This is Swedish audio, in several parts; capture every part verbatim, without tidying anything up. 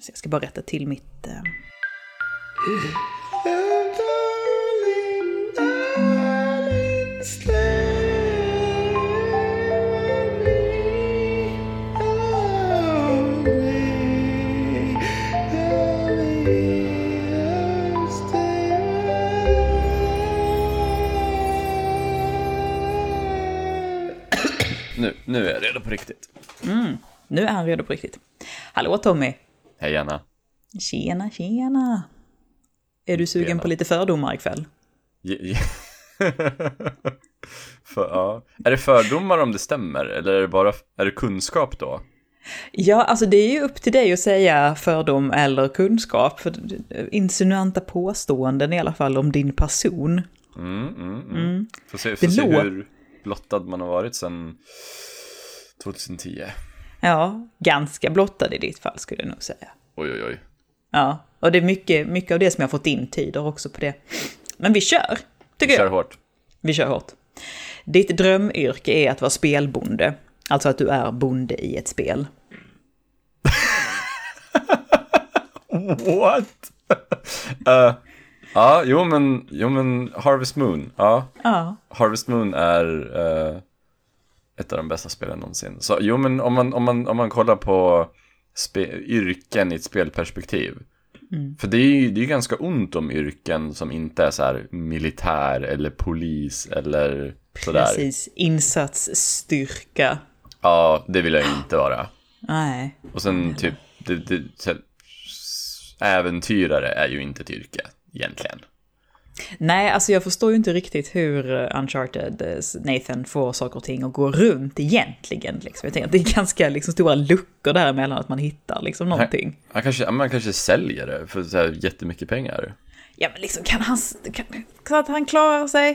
Så jag ska bara rätta till mitt... Uh... Nu, nu är jag redo på riktigt. Mm, nu är han redo på riktigt. Hallå Tommy. Hej Anna. Tjena, tjena. Är du sugen tjena. på lite fördomar ikväll? Je, je. För, ja. Är det fördomar om det stämmer? Eller är det bara är det kunskap då? Ja, alltså det är ju upp till dig att säga fördom eller kunskap. För insinuanta påståenden i alla fall om din person. Mm, mm, mm. Mm. Får se, får det se lå- hur blottad man har varit sedan tjugohundratio. Ja, ganska blottad i ditt fall skulle jag nog säga. Oj, oj, oj. Ja, och det är mycket, mycket av det som jag har fått in tider också på det. Men vi kör, tycker vi kör jag. hårt. Vi kör hårt. Ditt drömyrke är att vara spelbonde. Alltså att du är bonde i ett spel. What? uh, ja, jo men, jo men Harvest Moon. Ja. Ja. Harvest Moon är uh, ett av de bästa spelen någonsin. Så jo men om man, om man, om man kollar på spe- yrken i ett spelperspektiv. Mm. För det är ju det är ganska ont om yrken som inte är så här militär eller polis eller sådär. Precis, insatsstyrka. Ja, det vill jag inte vara. Nej. Och sen typ det, det, så, äventyrare är ju inte ett yrke egentligen. Nej, alltså jag förstår ju inte riktigt hur Uncharted Nathan får saker och ting att gå runt egentligen. Liksom. Jag tänker att det är ganska liksom, stora luckor däremellan att man hittar liksom, någonting. Han, han, kanske, man kanske säljer det för så här, jättemycket pengar. Ja, men liksom kan han, kan, kan att han klarar sig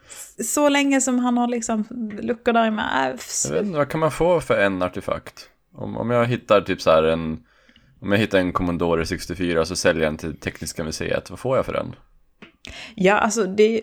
så länge som han har liksom, luckor där med. Jag vet inte, vad kan man få för en artefakt? Om, om jag hittar typ så här en... Om jag hittar en Commodore sextiofyra så säljer jag den till Tekniska museet. Vad får jag för den? Ja, alltså det,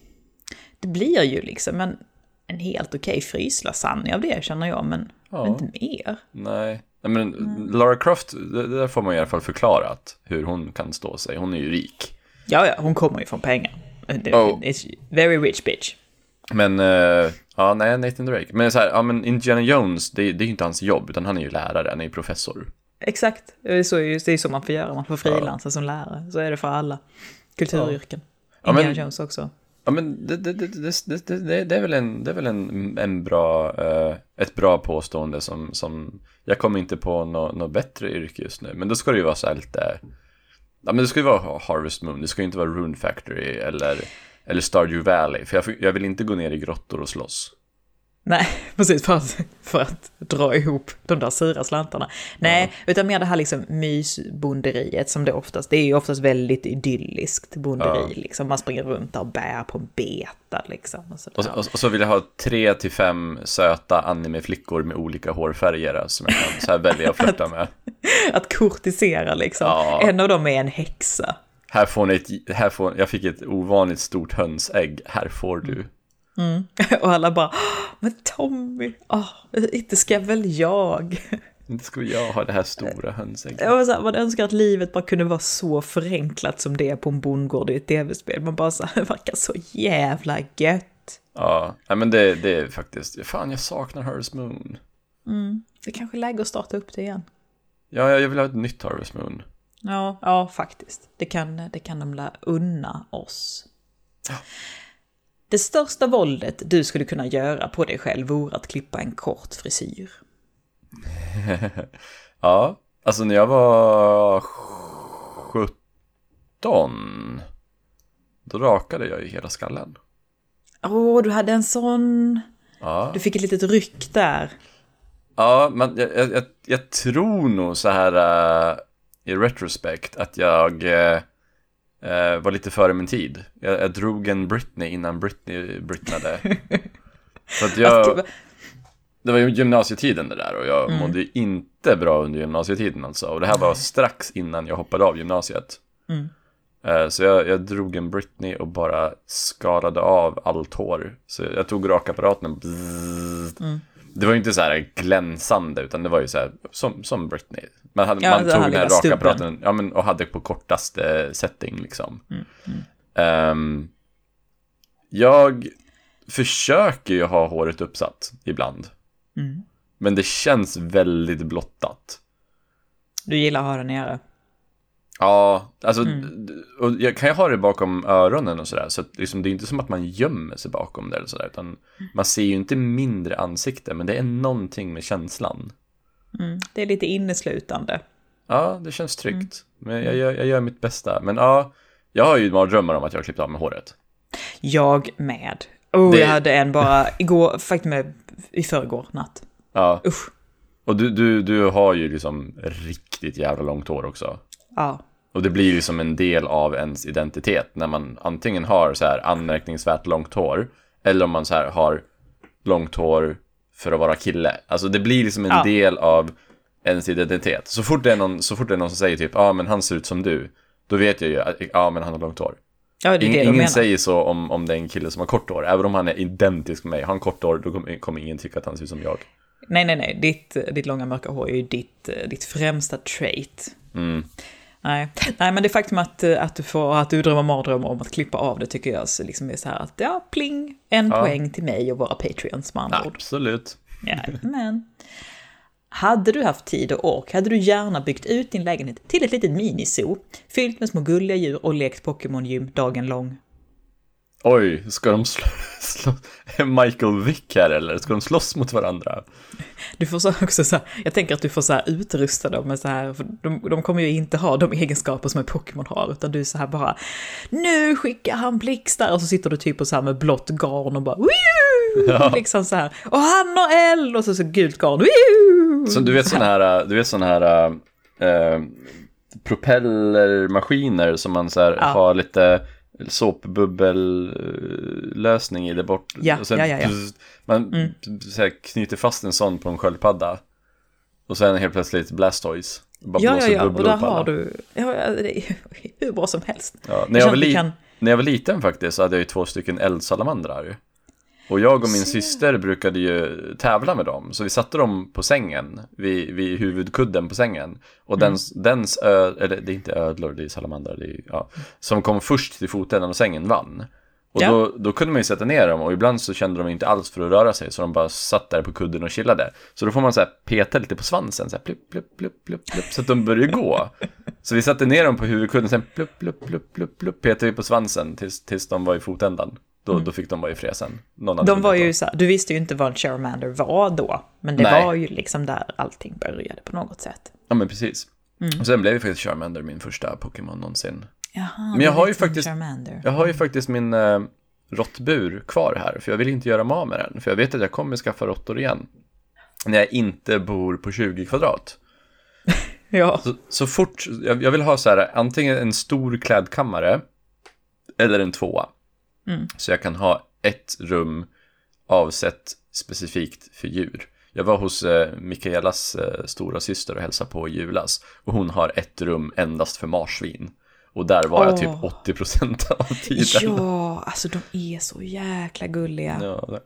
det blir ju liksom en, en helt okej fryslasagne av det känner jag, men ja. Inte mer. Nej, Nej men mm. Lara Croft, det, det där får man i alla fall förklarat hur hon kan stå sig. Hon är ju rik. Ja, ja, hon kommer ju från pengar. Det, oh. It's very rich bitch. Men, uh, ja, nej, Nathan Drake. Men så här, ja men Indiana Jones, det, det är ju inte hans jobb, utan han är ju lärare, han är ju professor. Exakt, det är så, det är så man får göra, man får frilansa ja. Som lärare. Så är det för alla kulturyrken. Ja. Indiana ja, men, Jones också. Ja men det, det, det, det, det, det, det är väl en, det är väl en, en bra, uh, ett bra påstående som, som jag kommer inte på något no bättre yrke just nu. Men då ska det ju vara så här lite, ja men det ska ju vara Harvest Moon, det ska ju inte vara Rune Factory eller, eller Stardew Valley. För jag, jag vill inte gå ner i grottor och slåss. Nej, precis, för att, för att dra ihop de där sura slantarna. Nej, mm. utan mer det här liksom mysbonderiet som det oftast, det är ju oftast väldigt idylliskt bonderi. Mm. Liksom. Man springer runt där och bär på beta liksom. Och så, och, och, och så vill jag ha tre till fem söta animeflickor med olika hårfärger som jag kan så här välja att flirta med. att, att kurtisera liksom. Ja. En av dem är en häxa. Här får ni ett, här får, jag fick ett ovanligt stort hönsägg, här får du. Mm. Och alla bara, men Tommy, oh, inte ska väl jag. Inte ska jag ha det här stora hönsägget. Jag var så här, man önskar att livet bara kunde vara så förenklat som det är på en bondgård i ett tv-spel. Man bara så här, det verkar så jävla gött. Ja, men det, det är faktiskt, fan jag saknar Harvest Moon. Mm. Det är kanske är läge att starta upp det igen. Ja, jag vill ha ett nytt Harvest Moon. Ja, ja faktiskt. Det kan, det kan de lä unna oss. Ja. Det största våldet du skulle kunna göra på dig själv vore att klippa en kort frisyr. Ja, alltså när jag var sjutton då rakade jag ju hela skallen. Åh, oh, du hade en sån... Ja. Du fick ett litet ryck där. Ja, men jag, jag, jag tror nog så här uh, i retrospect att jag... Uh, Uh, var lite före min tid. Jag, jag drog en Britney innan Britney Britnade. Så att jag, det var ju gymnasietiden det där. Och jag mm. mådde inte bra under gymnasietiden alltså. Och det här var strax innan jag hoppade av gymnasiet. Mm. uh, Så jag, jag drog en Britney och bara skalade av allt hår. Så jag tog rakapparaten och, mm. det var ju inte så här glänsande, utan det var ju så här som, som Britney. Man, hade, Ja, man det tog här den här lilla raka stubben. praten, ja, men, och hade på kortaste setting liksom. Mm, mm. Um, jag försöker ju ha håret uppsatt ibland. Mm. Men det känns väldigt blottat. Du gillar att ha det nere. Ja, alltså Mm. och jag kan ju ha det bakom öronen och sådär. Så att liksom, det är inte som att man gömmer sig bakom det eller sådär, utan man ser ju inte mindre ansikte, men det är någonting med känslan. Mm. Det är lite inneslutande. Ja, det känns tryggt. Mm. Men jag gör, jag gör mitt bästa. Men ja, jag har ju mardrömmar om att jag har klippt av med håret. Jag med. Oh, Det- jag hade en bara igår, faktiskt med i förrgår natt. Ja, Usch. och du, du, du har ju liksom riktigt jävla långt hår också. Ja. Och det blir ju som en del av ens identitet när man antingen har så här anmärkningsvärt långt hår, eller om man så här har långt hår för att vara kille. Alltså det blir liksom en Ja. del av ens identitet. Så fort det är någon, så fort det är någon som säger typ, ja ah, men han ser ut som du, då vet jag ju att, ja ah, men han har långt hår. Ja, det är In, det de ingen menar. säger så om, om det är en kille som har kort hår. Även om han är identisk med mig, har han kort hår, då kommer, kommer ingen tycka att han ser ut som jag. Nej, nej, nej. Ditt, ditt långa mörka hår är ju ditt, ditt främsta trait. Mm. Nej. nej, men det faktum att, att, du får, att du drömmer mardrömmar om att klippa av det tycker jag så liksom är så här att, ja, pling, en Ja. poäng till mig och våra Patreons med andra ord. Absolut. Ja, men hade du haft tid och ork hade du gärna byggt ut din lägenhet till ett litet minisoo fyllt med små gulliga djur och lekt Pokémon-gym dagen lång. Oj, ska de slå, slå är Michael Vick här eller? Ska de slåss mot varandra? Du får så också så här, jag tänker att du får så här utrusta dem med så här, för de, de kommer ju inte ha de egenskaper som en Pokémon har, utan du är så här bara, nu skickar han blixtar, och så sitter du typ och så här med blått garn och bara, Wii! Ja. Liksom så här, och han har eld, och så så gult garn, Wii! Så du vet sån här, du vet sån här äh, propellermaskiner som man så här Ja. har lite såpbubbellösning i det bort. Ja, och sen, ja, ja, ja. Man Mm. så här, knyter fast en sån på en sköldpadda. Och sen helt plötsligt Blastoise. Bara Ja, ja, blåser ja, och bubblor där på alla. har du, ja, ja, det är hur bra som helst. Ja, Det när, jag var känns li- att vi kan- när jag var liten faktiskt så hade jag ju två stycken eldsalamandrar. Och jag och min Se. syster brukade ju tävla med dem. Så vi satte dem på sängen, vid, vid huvudkudden på sängen. Och Mm. dens, dens ö, eller det är inte ödlor, det är salamandrar, det är, ja, som kom först till fotänden av sängen vann. Och Ja. då, då kunde man ju sätta ner dem, och ibland så kände de inte alls för att röra sig, så de bara satt där på kudden och chillade. Så då får man så här peta lite på svansen, så här plupp, plupp, plupp, plupp, plupp, så att de började gå. Så vi satte ner dem på huvudkudden, sen plupp, plupp, plupp, plupp, plupp, petade vi på svansen tills, tills de var i fotändan. Då, Mm. då fick de vara i fräsen. Någon hade De var vunnit ju då. så här, du visste ju inte vad en Charmander var då, men det Nej. var ju liksom där allting började på något sätt. Ja, men precis. Mm. Och sen blev ju faktiskt Charmander min första Pokémon någonsin. Jaha, Men jag du har vet ju om faktiskt- Charmander. Jag har ju faktiskt min eh, råttbur kvar här, för jag vill inte göra mig av med den. För jag vet att jag kommer skaffa råttor igen. När jag inte bor på tjugo kvadrat. Ja. Så, så fort, jag, jag vill ha så här, antingen en stor klädkammare eller en tvåa. Mm. Så jag kan ha ett rum avsett specifikt för djur. Jag var hos eh, Mikaelas eh, stora syster och hälsade på i julas. Och hon har ett rum endast för marsvin. Och där var jag Åh. typ åttio procent av tiden. Ja, alltså de är så jäkla gulliga. Ja, Ja,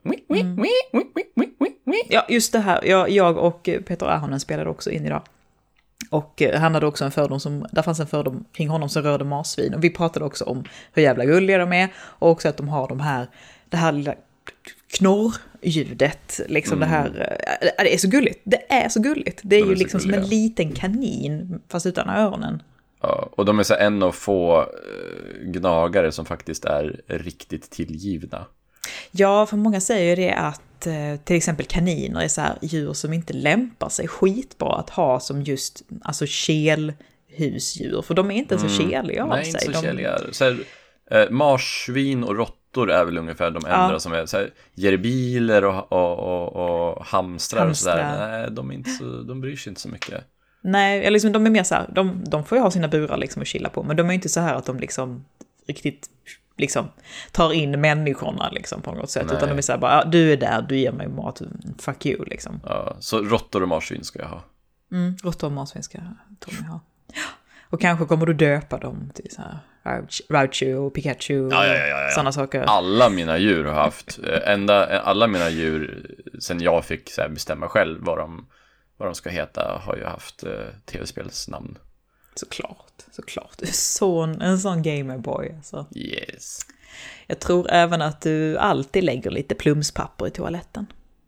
just det här. Jag, jag och Peter Ahonen spelade också in idag. Och eh, han hade också en fördom som, där fanns en fördom kring honom som rörde marsvin. Och vi pratade också om hur jävla gulliga de är. Och också att de har de här, det här lilla knorrljudet. Liksom Mm. det här, eh, det är så gulligt. Det är så gulligt. Det är De är ju så liksom som en gulliga. liten kanin, fast utan öronen. Ja, och de är så en av få eh, gnagare som faktiskt är riktigt tillgivna. Ja, för många säger ju det att eh, till exempel kaniner är så här djur som inte lämpar sig skitbra att ha som just alltså kelhusdjur. För de är inte så keliga av Nej, sig. inte så de... keliga. Så här, eh, marsvin och råttor är väl ungefär de enda Ja. som är så här, gerbiler och, och, och, och hamstrar, Hamstrar. och sådär. Nej, de, är inte så, de bryr sig inte så mycket. Nej, eller liksom, de är mer så här, de, de får ju ha sina burar liksom att chilla på, men de är inte så här att de liksom riktigt liksom tar in människorna liksom på något sätt, Nej. utan de är så här bara, ja, du är där, du ger mig mat, fuck you liksom. Ja, så råttor och marsvin ska jag ha. Mm, råttor och marsvin ska Tommy ha. Och kanske kommer du döpa dem till så här Raichu- Raichu och Pikachu och Ja, ja, ja, ja, ja. sådana saker. Alla mina djur har haft, eh, enda, alla mina djur sen jag fick så här, bestämma själv vad de, vad de ska heta, har ju haft eh, tv-spelsnamn. Såklart, såklart. Du är sån, en sån gamerboy. Alltså. Yes. Jag tror även att du alltid lägger lite plumspapper i toaletten.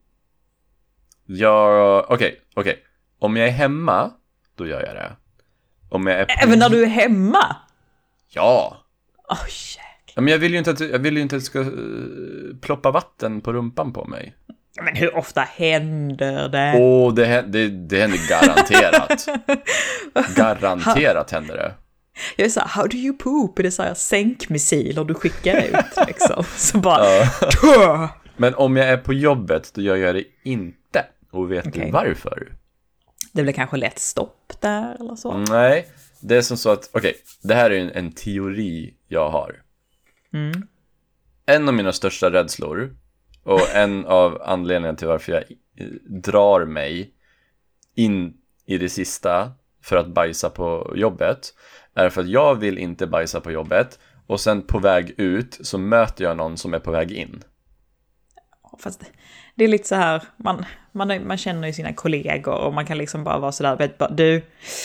Ja, okej, okay, okej. Okay. Om jag är hemma, då gör jag det. Om jag är på... Även när du är hemma? Ja. Åh, oh, jäklar. Men jag vill ju inte att, jag vill ju inte att det ska uh, ploppa vatten på rumpan på mig. Men hur ofta händer det? Åh, oh, det, det, det händer garanterat. Garanterat händer det. Jag är så här, how do you poop? Det är så här sänkmissiler du skickar ut liksom. Så bara... Ja. Men om jag är på jobbet, då gör jag det inte. Och vet okay. du varför? Det blir kanske lätt stopp där eller så. Nej, det är som så att, okej, okay, det här är en, en teori jag har. Mm. En av mina största rädslor och en av anledningarna till varför jag drar mig in i det sista för att bajsa på jobbet är för att jag vill inte bajsa på jobbet och sen på väg ut så möter jag någon som är på väg in. Fast det är lite så här, man, man, man känner ju sina kollegor och man kan liksom bara vara sådär, vet bara, du,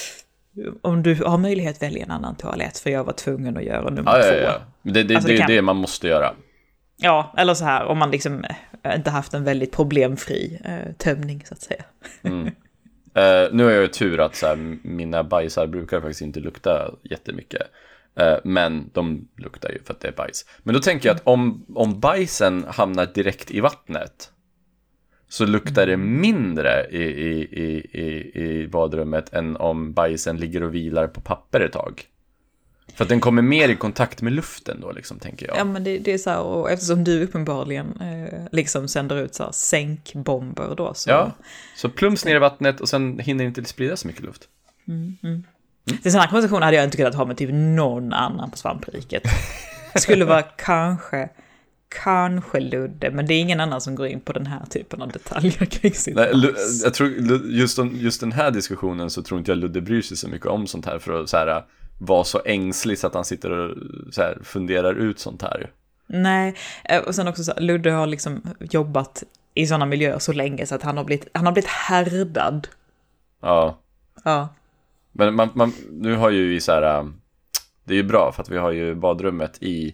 om du har möjlighet att välja en annan toalett för jag var tvungen att göra nummer ja, två. Ja, ja. Det, det, alltså, det, det är kan... det man måste göra. Ja, eller så här, om man liksom inte haft en väldigt problemfri eh, tömning så att säga. Mm. Uh, nu har jag ju tur att så här, mina bajsar brukar faktiskt inte lukta jättemycket. Uh, men de luktar ju för att det är bajs. Men då tänker jag att om, om bajsen hamnar direkt i vattnet så luktar det mindre i, i, i, i, i badrummet än om bajsen ligger och vilar på papper ett tag. För att den kommer mer i kontakt med luften då, liksom, tänker jag. Ja, men det, det är så här, och eftersom du uppenbarligen eh, liksom sänder ut så här sänkbomber då. Så... Ja, så plums ner i vattnet och sen hinner inte sprida så mycket luft. Mm, mm. Mm. Det sådana konversationer hade jag inte kunnat ha med typ någon annan på svampriket. Det skulle vara kanske, kanske Ludde, men det är ingen annan som går in på den här typen av detaljer kring sin. Nej, jag tror just, just den här diskussionen så tror inte jag Ludde bryr sig så mycket om sånt här för att så här, vara så ängslig så att han sitter och så här, funderar ut sånt här. Nej, och sen också så Ludde har liksom jobbat i sådana miljöer så länge så att han har blivit, han har blivit härdad. Ja. Ja. Men man, man, nu har ju vi så här, det är ju bra för att vi har ju badrummet i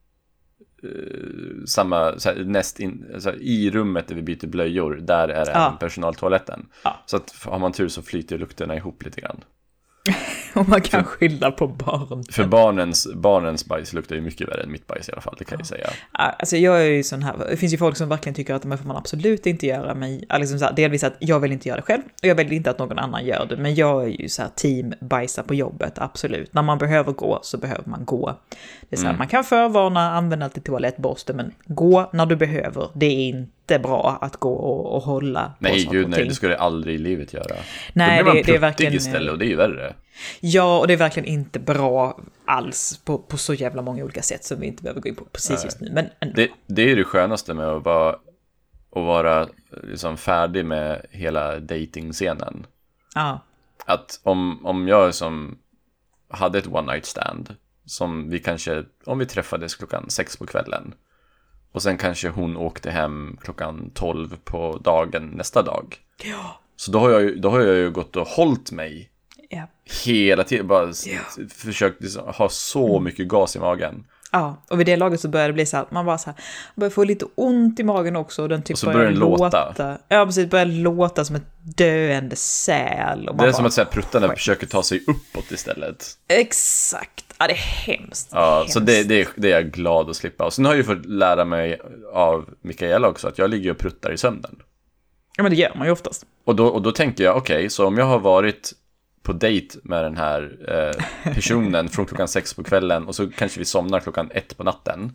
uh, samma, så här, näst in, så här, i rummet där vi byter blöjor, där är det ja. en personaltoaletten. Ja. Så att har man tur så flyter lukterna ihop lite grann. Och man kan skilja på barn. För barnens, barnens bajs luktar ju mycket värre än mitt bajs i alla fall, det kan jag säga. Alltså jag är ju sån här, det finns ju folk som verkligen tycker att det får man absolut inte göra, men liksom så här, delvis att jag vill inte göra det själv och jag vill inte att någon annan gör det, men jag är ju så här team bajsa på jobbet, absolut. När man behöver gå så behöver man gå. Det är så här, mm. man kan förvarna, använda till toalettborste, men gå när du behöver. Det är inte bra att gå och, och hålla. Nej, gud nej, det ska det aldrig i livet göra. Nej, då blir man det, det är verkligen istället och det är ju värre. Ja, och det är verkligen inte bra alls på, på så jävla många olika sätt som vi inte behöver gå in på precis Nej. just nu. Men ändå. Det, det är ju det skönaste med att vara, att vara liksom färdig med hela dating-scenen. Ja. Att om, om jag som hade ett one night stand som vi kanske, om vi träffades klockan sex på kvällen och sen kanske hon åkte hem klockan tolv på dagen nästa dag. Ja. Så då har jag ju, då har jag ju gått och hållit mig yeah. hela tiden, bara yeah. försökt liksom, ha så mm. mycket gas i magen. Ja, och vid det laget så börjar det bli så här, man bara så här, börjar få lite ont i magen också och den typ och så börjar den låta. låta. Ja, precis, börjar låta som ett döende säl. Och man det är bara, som att säga, pruttarna försöker ta sig uppåt istället. Exakt, ja det är hemskt. Ja, hemskt. Så det, det, det är jag glad att slippa. Och sen har jag ju fått lära mig av Mikaela också att jag ligger och pruttar i sömnen. Ja, men det gör man ju oftast. Och då, och då tänker jag, okej, okay, så om jag har varit på dejt med den här eh, personen från klockan sex på kvällen och så kanske vi somnar klockan ett på natten.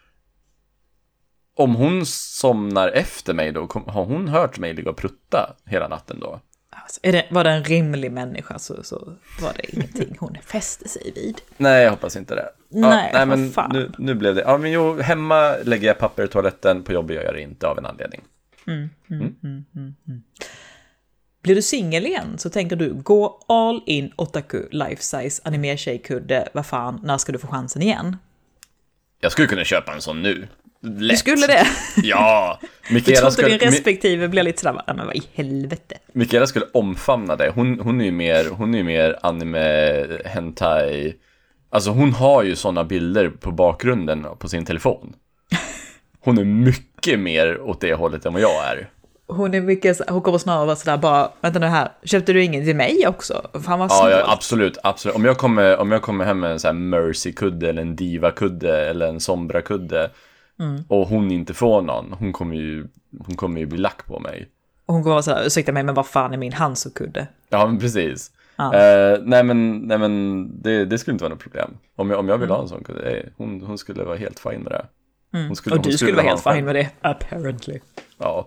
Om hon somnar efter mig då, kom, har hon hört mig ligga och prutta hela natten då? Alltså, är det, var det en rimlig människa så, så var det ingenting hon fäste sig vid. Nej, jag hoppas inte det. Ja, nej, nej men fan. Nu, nu blev det. Ja, men jo, hemma lägger jag papper i toaletten, på jobbet gör jag det inte av en anledning. Mm, mm, mm. Mm, mm, mm. Blir du singel igen så tänker du gå all in otaku life size anime tjejkudde, vad fan, när ska du få chansen igen? Jag skulle kunna köpa en sån nu. Lätt. Du skulle det? Ja. Jag tror inte din respektive blir lite sådär, men vad i helvete. Mikaela skulle omfamna det. Hon, hon är ju mer, hon är ju mer anime, hentai. Alltså hon har ju sådana bilder på bakgrunden på sin telefon. Hon är mycket mer åt det hållet än vad jag är. Hon är mycket, hon kommer snarare vara sådär bara, vänta nu här, köpte du ingen till mig också? Fan vad ja, ja, absolut, absolut. Om jag kommer, om jag kommer hem med en sån här Mercy-kudde eller en Diva-kudde eller en Sombra-kudde mm. och hon inte får någon, hon kommer ju, hon kommer ju bli lack på mig. Och hon kommer vara såhär, ursäkta mig, men vad fan är min Hanso-kudde? Ja, men precis. Ja. Uh, nej men, nej, men det, det skulle inte vara något problem. Om jag, om jag vill mm. ha en sån kudde, hon, hon skulle vara helt fin med det. Mm. Skulle, och du skulle, skulle vara helt fin med det, apparently. Ja.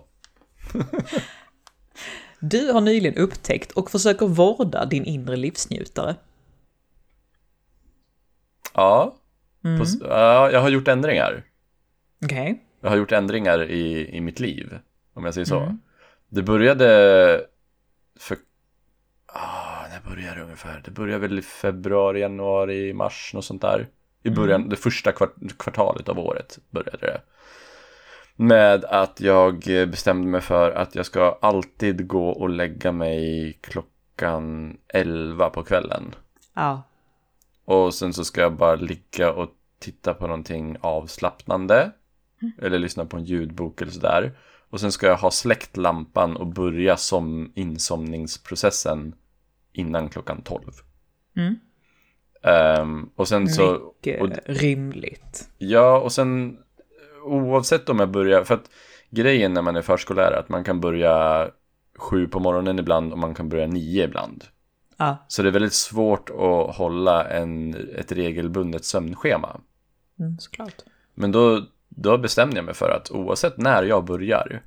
Du har nyligen upptäckt och försöker vårda din inre livsnjutare. Ja, mm. på, ja jag har gjort ändringar. Okej. Okay. Jag har gjort ändringar i, i mitt liv, om jag säger så. Mm. Det började för... Ah, när började det ungefär? Det började väl i februari, januari, mars, något sånt där. I början, mm. det första kvart, kvartalet av året började det. Med att jag bestämde mig för att jag ska alltid gå och lägga mig klockan elva på kvällen. Ja. Och sen så ska jag bara ligga och titta på någonting avslappnande. Mm. Eller lyssna på en ljudbok eller sådär. Och sen ska jag ha släckt lampan och börja som insomningsprocessen innan klockan tolv. Mm. Um, och sen så... Mycket och, rimligt. Ja, och sen... Oavsett om jag börjar, för att grejen när man är förskollärare är att man kan börja sju på morgonen ibland och man kan börja nio ibland. Ja. Så det är väldigt svårt att hålla en, ett regelbundet sömnschema. Mm, såklart. Men då, då bestämde jag mig för att oavsett när jag börjar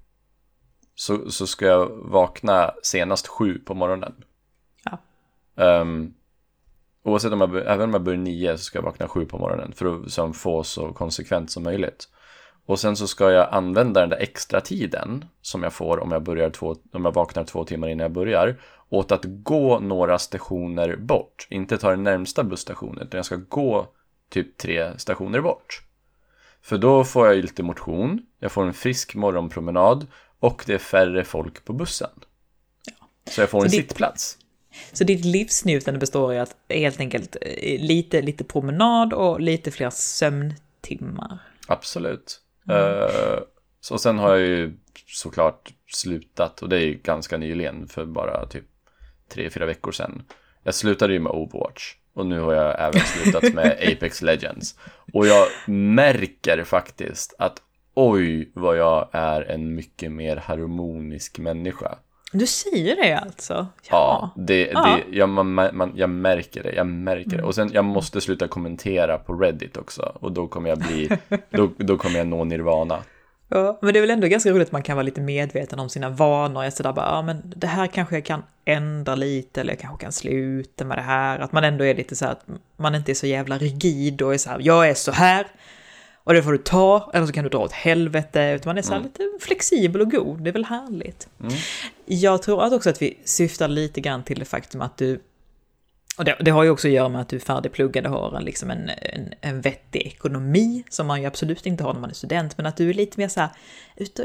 så, så ska jag vakna senast sju på morgonen. Ja. Um, oavsett om jag, även om jag börjar nio så ska jag vakna sju på morgonen för att som, få så konsekvent som möjligt. Och sen så ska jag använda den där extra tiden som jag får om jag, börjar två, om jag vaknar två timmar innan jag börjar åt att gå några stationer bort. Inte ta den närmsta busstationen utan jag ska gå typ tre stationer bort. För då får jag lite motion, jag får en frisk morgonpromenad och det är färre folk på bussen. Ja. Så jag får så en det... sittplats. Så ditt livsnjutande består i att helt enkelt lite, lite promenad och lite fler sömntimmar. Absolut. Mm. Uh, så sen har jag ju såklart slutat, och det är ju ganska nyligen, för bara typ tre, fyra veckor sedan. Jag slutade ju med Overwatch och nu har jag även slutat med Apex Legends. Och jag märker faktiskt att oj vad jag är en mycket mer harmonisk människa. Du säger det alltså? Ja, ja, det, ja. Det, jag, man, man, jag märker det, jag märker mm. det. Och sen jag måste sluta kommentera på Reddit också. Och då kommer jag bli, då, då kommer jag nå nirvana. Ja, men det är väl ändå ganska roligt att man kan vara lite medveten om sina vanor. Jag sådär bara, ja men det här kanske jag kan ändra lite, eller jag kanske kan sluta med det här. Att man ändå är lite så här, att man inte är så jävla rigid och är så här, jag är så här. Och det får du ta, eller så kan du dra åt helvete. Utan man är så här mm. lite flexibel och god. Det är väl härligt. Mm. Jag tror att också att vi syftar lite grann till det faktum att du... Och det, det har ju också att göra med att du är färdigpluggad och har en, liksom en, en, en vettig ekonomi. Som man ju absolut inte har när man är student. Men att du är lite mer så här ute och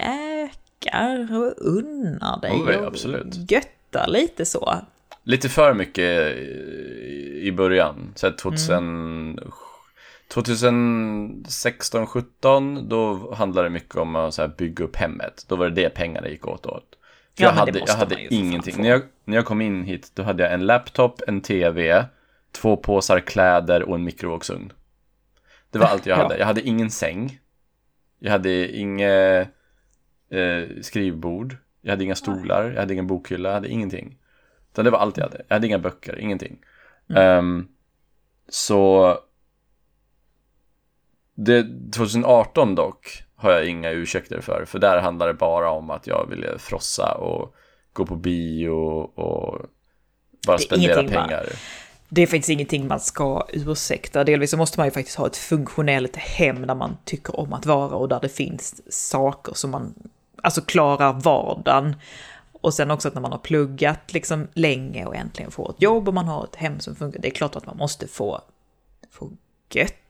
käkar och unnar dig. Okay, och absolut. Göttar lite så. Lite för mycket i början. Så tjugohundrasjutton... Mm. tjugohundrasexton sjutton då handlade det mycket om att så här, bygga upp hemmet. Då var det det pengarna gick åt åt. För ja, jag hade, jag hade ingenting. När jag, när jag kom in hit då hade jag en laptop, en tv, två påsar kläder och en mikrovågsugn. Det var allt jag hade. Jag hade ingen säng. Jag hade inget eh, skrivbord. Jag hade inga stolar. Jag hade ingen bokhylla. Jag hade ingenting. Så det var allt jag hade. Jag hade inga böcker, ingenting. Mm. Um, så... Det, tjugo arton dock har jag inga ursäkter för. För där handlar det bara om att jag ville frossa och gå på bio och bara spendera pengar. Man, det är faktiskt ingenting man ska ursäkta. Delvis så måste man ju faktiskt ha ett funktionellt hem där man tycker om att vara och där det finns saker som man alltså klarar vardagen. Och sen också att när man har pluggat liksom länge och äntligen får ett jobb och man har ett hem som funkar. Det är klart att man måste få, få gött.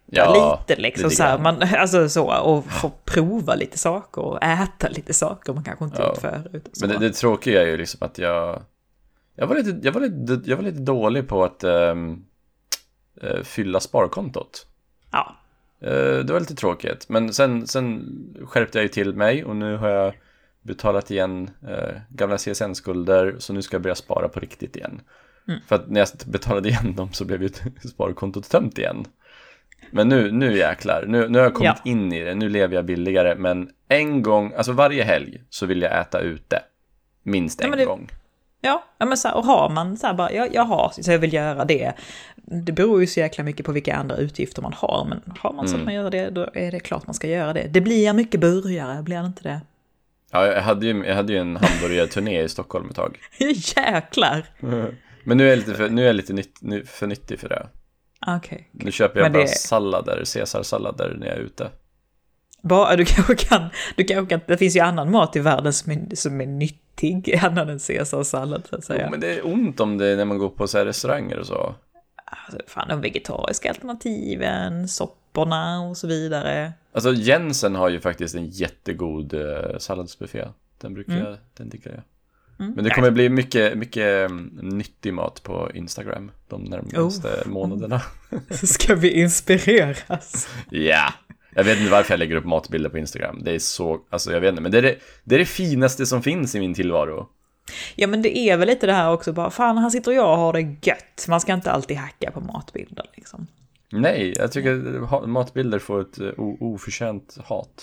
Ja, lite liksom lite så här, grann. man, alltså så, och få prova lite saker och äta lite saker man kanske inte Ja. gjort förut. Så. Men det, det tråkiga är ju liksom att jag jag var lite, jag var lite, jag var lite dålig på att um, uh, fylla sparkontot. Ja. Uh, det var lite tråkigt. Men sen, sen skärpte jag ju till mig och nu har jag betalat igen uh, gamla C S N-skulder, så nu ska jag börja spara på riktigt igen. Mm. För att när jag betalade igen dem så blev ju sparkontot tömt igen. Men nu, nu jäklar, nu, nu har jag kommit ja. in i det, nu lever jag billigare. Men en gång, alltså varje helg så vill jag äta ute. Minst en ja, det, gång. Ja, men så här, och har man så här bara, jag, jag har, så jag vill göra det. Det beror ju så jäkla mycket på vilka andra utgifter man har. Men har man så mm. att man gör det, då är det klart man ska göra det. Det blir mycket burgare, blir det inte det? Ja, jag hade ju, jag hade ju en hamburgarturné i Stockholm ett tag. Jäklar! Men nu är jag lite för, nu är jag lite nytt, nu, för nyttig för det. Okej. Okay. Nu köper jag men bara det... sallader, caesarsallader när jag är ute. Bara, du kanske kan, du kanske kan, det finns ju annan mat i världen som är, som är nyttig, annan än caesarsallad så att säga. Jo, men det är ont om det när man går på så här restauranger och så. Alltså, fan, de vegetariska alternativen, sopporna och så vidare. Alltså Jensen har ju faktiskt en jättegod uh, salladsbuffé. Den brukar mm. jag, den tycker jag. Mm. Men det kommer bli mycket, mycket nyttig mat på Instagram de närmaste oh. månaderna. Ska vi inspireras? Ja, yeah. Jag vet inte varför jag lägger upp matbilder på Instagram. Det är så, alltså jag vet inte, men det är det, det är det finaste som finns i min tillvaro. Ja, men det är väl lite det här också, bara fan, här sitter jag och har det gött. Man ska inte alltid hacka på matbilder liksom. Nej, jag tycker att matbilder får ett oförtjänt hat.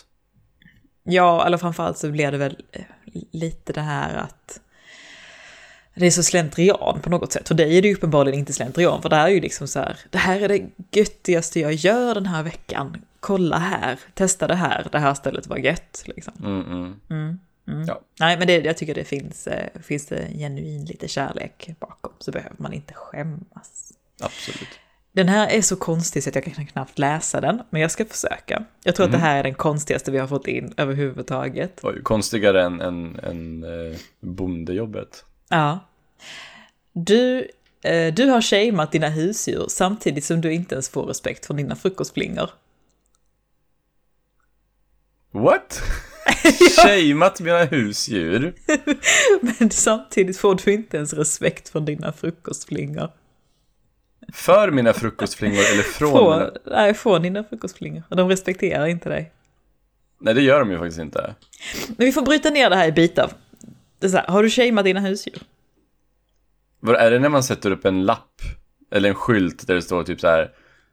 Ja, eller framförallt så blir det väl lite det här att det är så slentrian på något sätt. För dig är det ju uppenbarligen inte slentrian, för det här är ju liksom så här, det här är det göttigaste jag gör den här veckan. Kolla här, testa det här, det här stället var gött liksom. Mm, mm. Mm, mm. Ja. Nej, men det, jag tycker det finns, finns det genuin lite kärlek bakom, så behöver man inte skämmas. Absolut. Den här är så konstig så att jag kan knappt läsa den, men jag ska försöka. Jag tror mm. att det här är den konstigaste vi har fått in överhuvudtaget. Oj, konstigare än, än, än eh, bondejobbet. Ja. Du, eh, du har shameat dina husdjur samtidigt som du inte ens får respekt för dina frukostflingor. What? Shameat mina husdjur? Men samtidigt får du inte ens respekt för dina frukostflingor. För mina frukostflingor eller från få, mina... Nej, från dina frukostflingor. Och de respekterar inte dig. Nej, det gör de ju faktiskt inte. Men vi får bryta ner det här i bitar. Det är så här, har du shameat dina husdjur? Vad är det när man sätter upp en lapp eller en skylt där det står typ så här: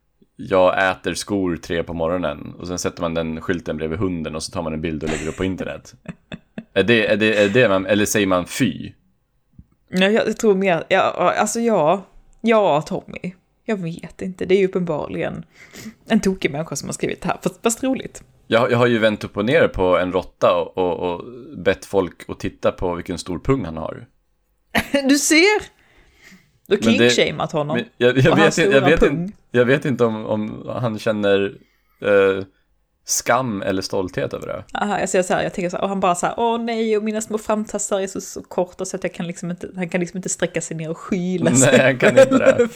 jag äter skor tre på morgonen, och sen sätter man den skylten bredvid hunden och så tar man en bild och lägger upp på internet? är, det, är, det, är det man, eller säger man fy? Ja, jag tror mer, ja, alltså ja, ja Tommy, jag vet inte, det är ju uppenbarligen en tokig människa som har skrivit det här, fast, fast roligt. Jag, jag har ju vänt upp och ner på en råtta och, och, och bett folk att titta på vilken stor pung han har. Du ser! Du king-shameat honom. Jag, jag, vet, jag, vet in, jag vet inte om, om han känner eh, skam eller stolthet över det. Aha, jag ser så här, jag tänker så här, och han bara så här, åh nej, och mina små framtassar är så, så korta så att jag kan liksom inte, han kan liksom inte sträcka sig ner och skyla sig. Nej, han kan inte det.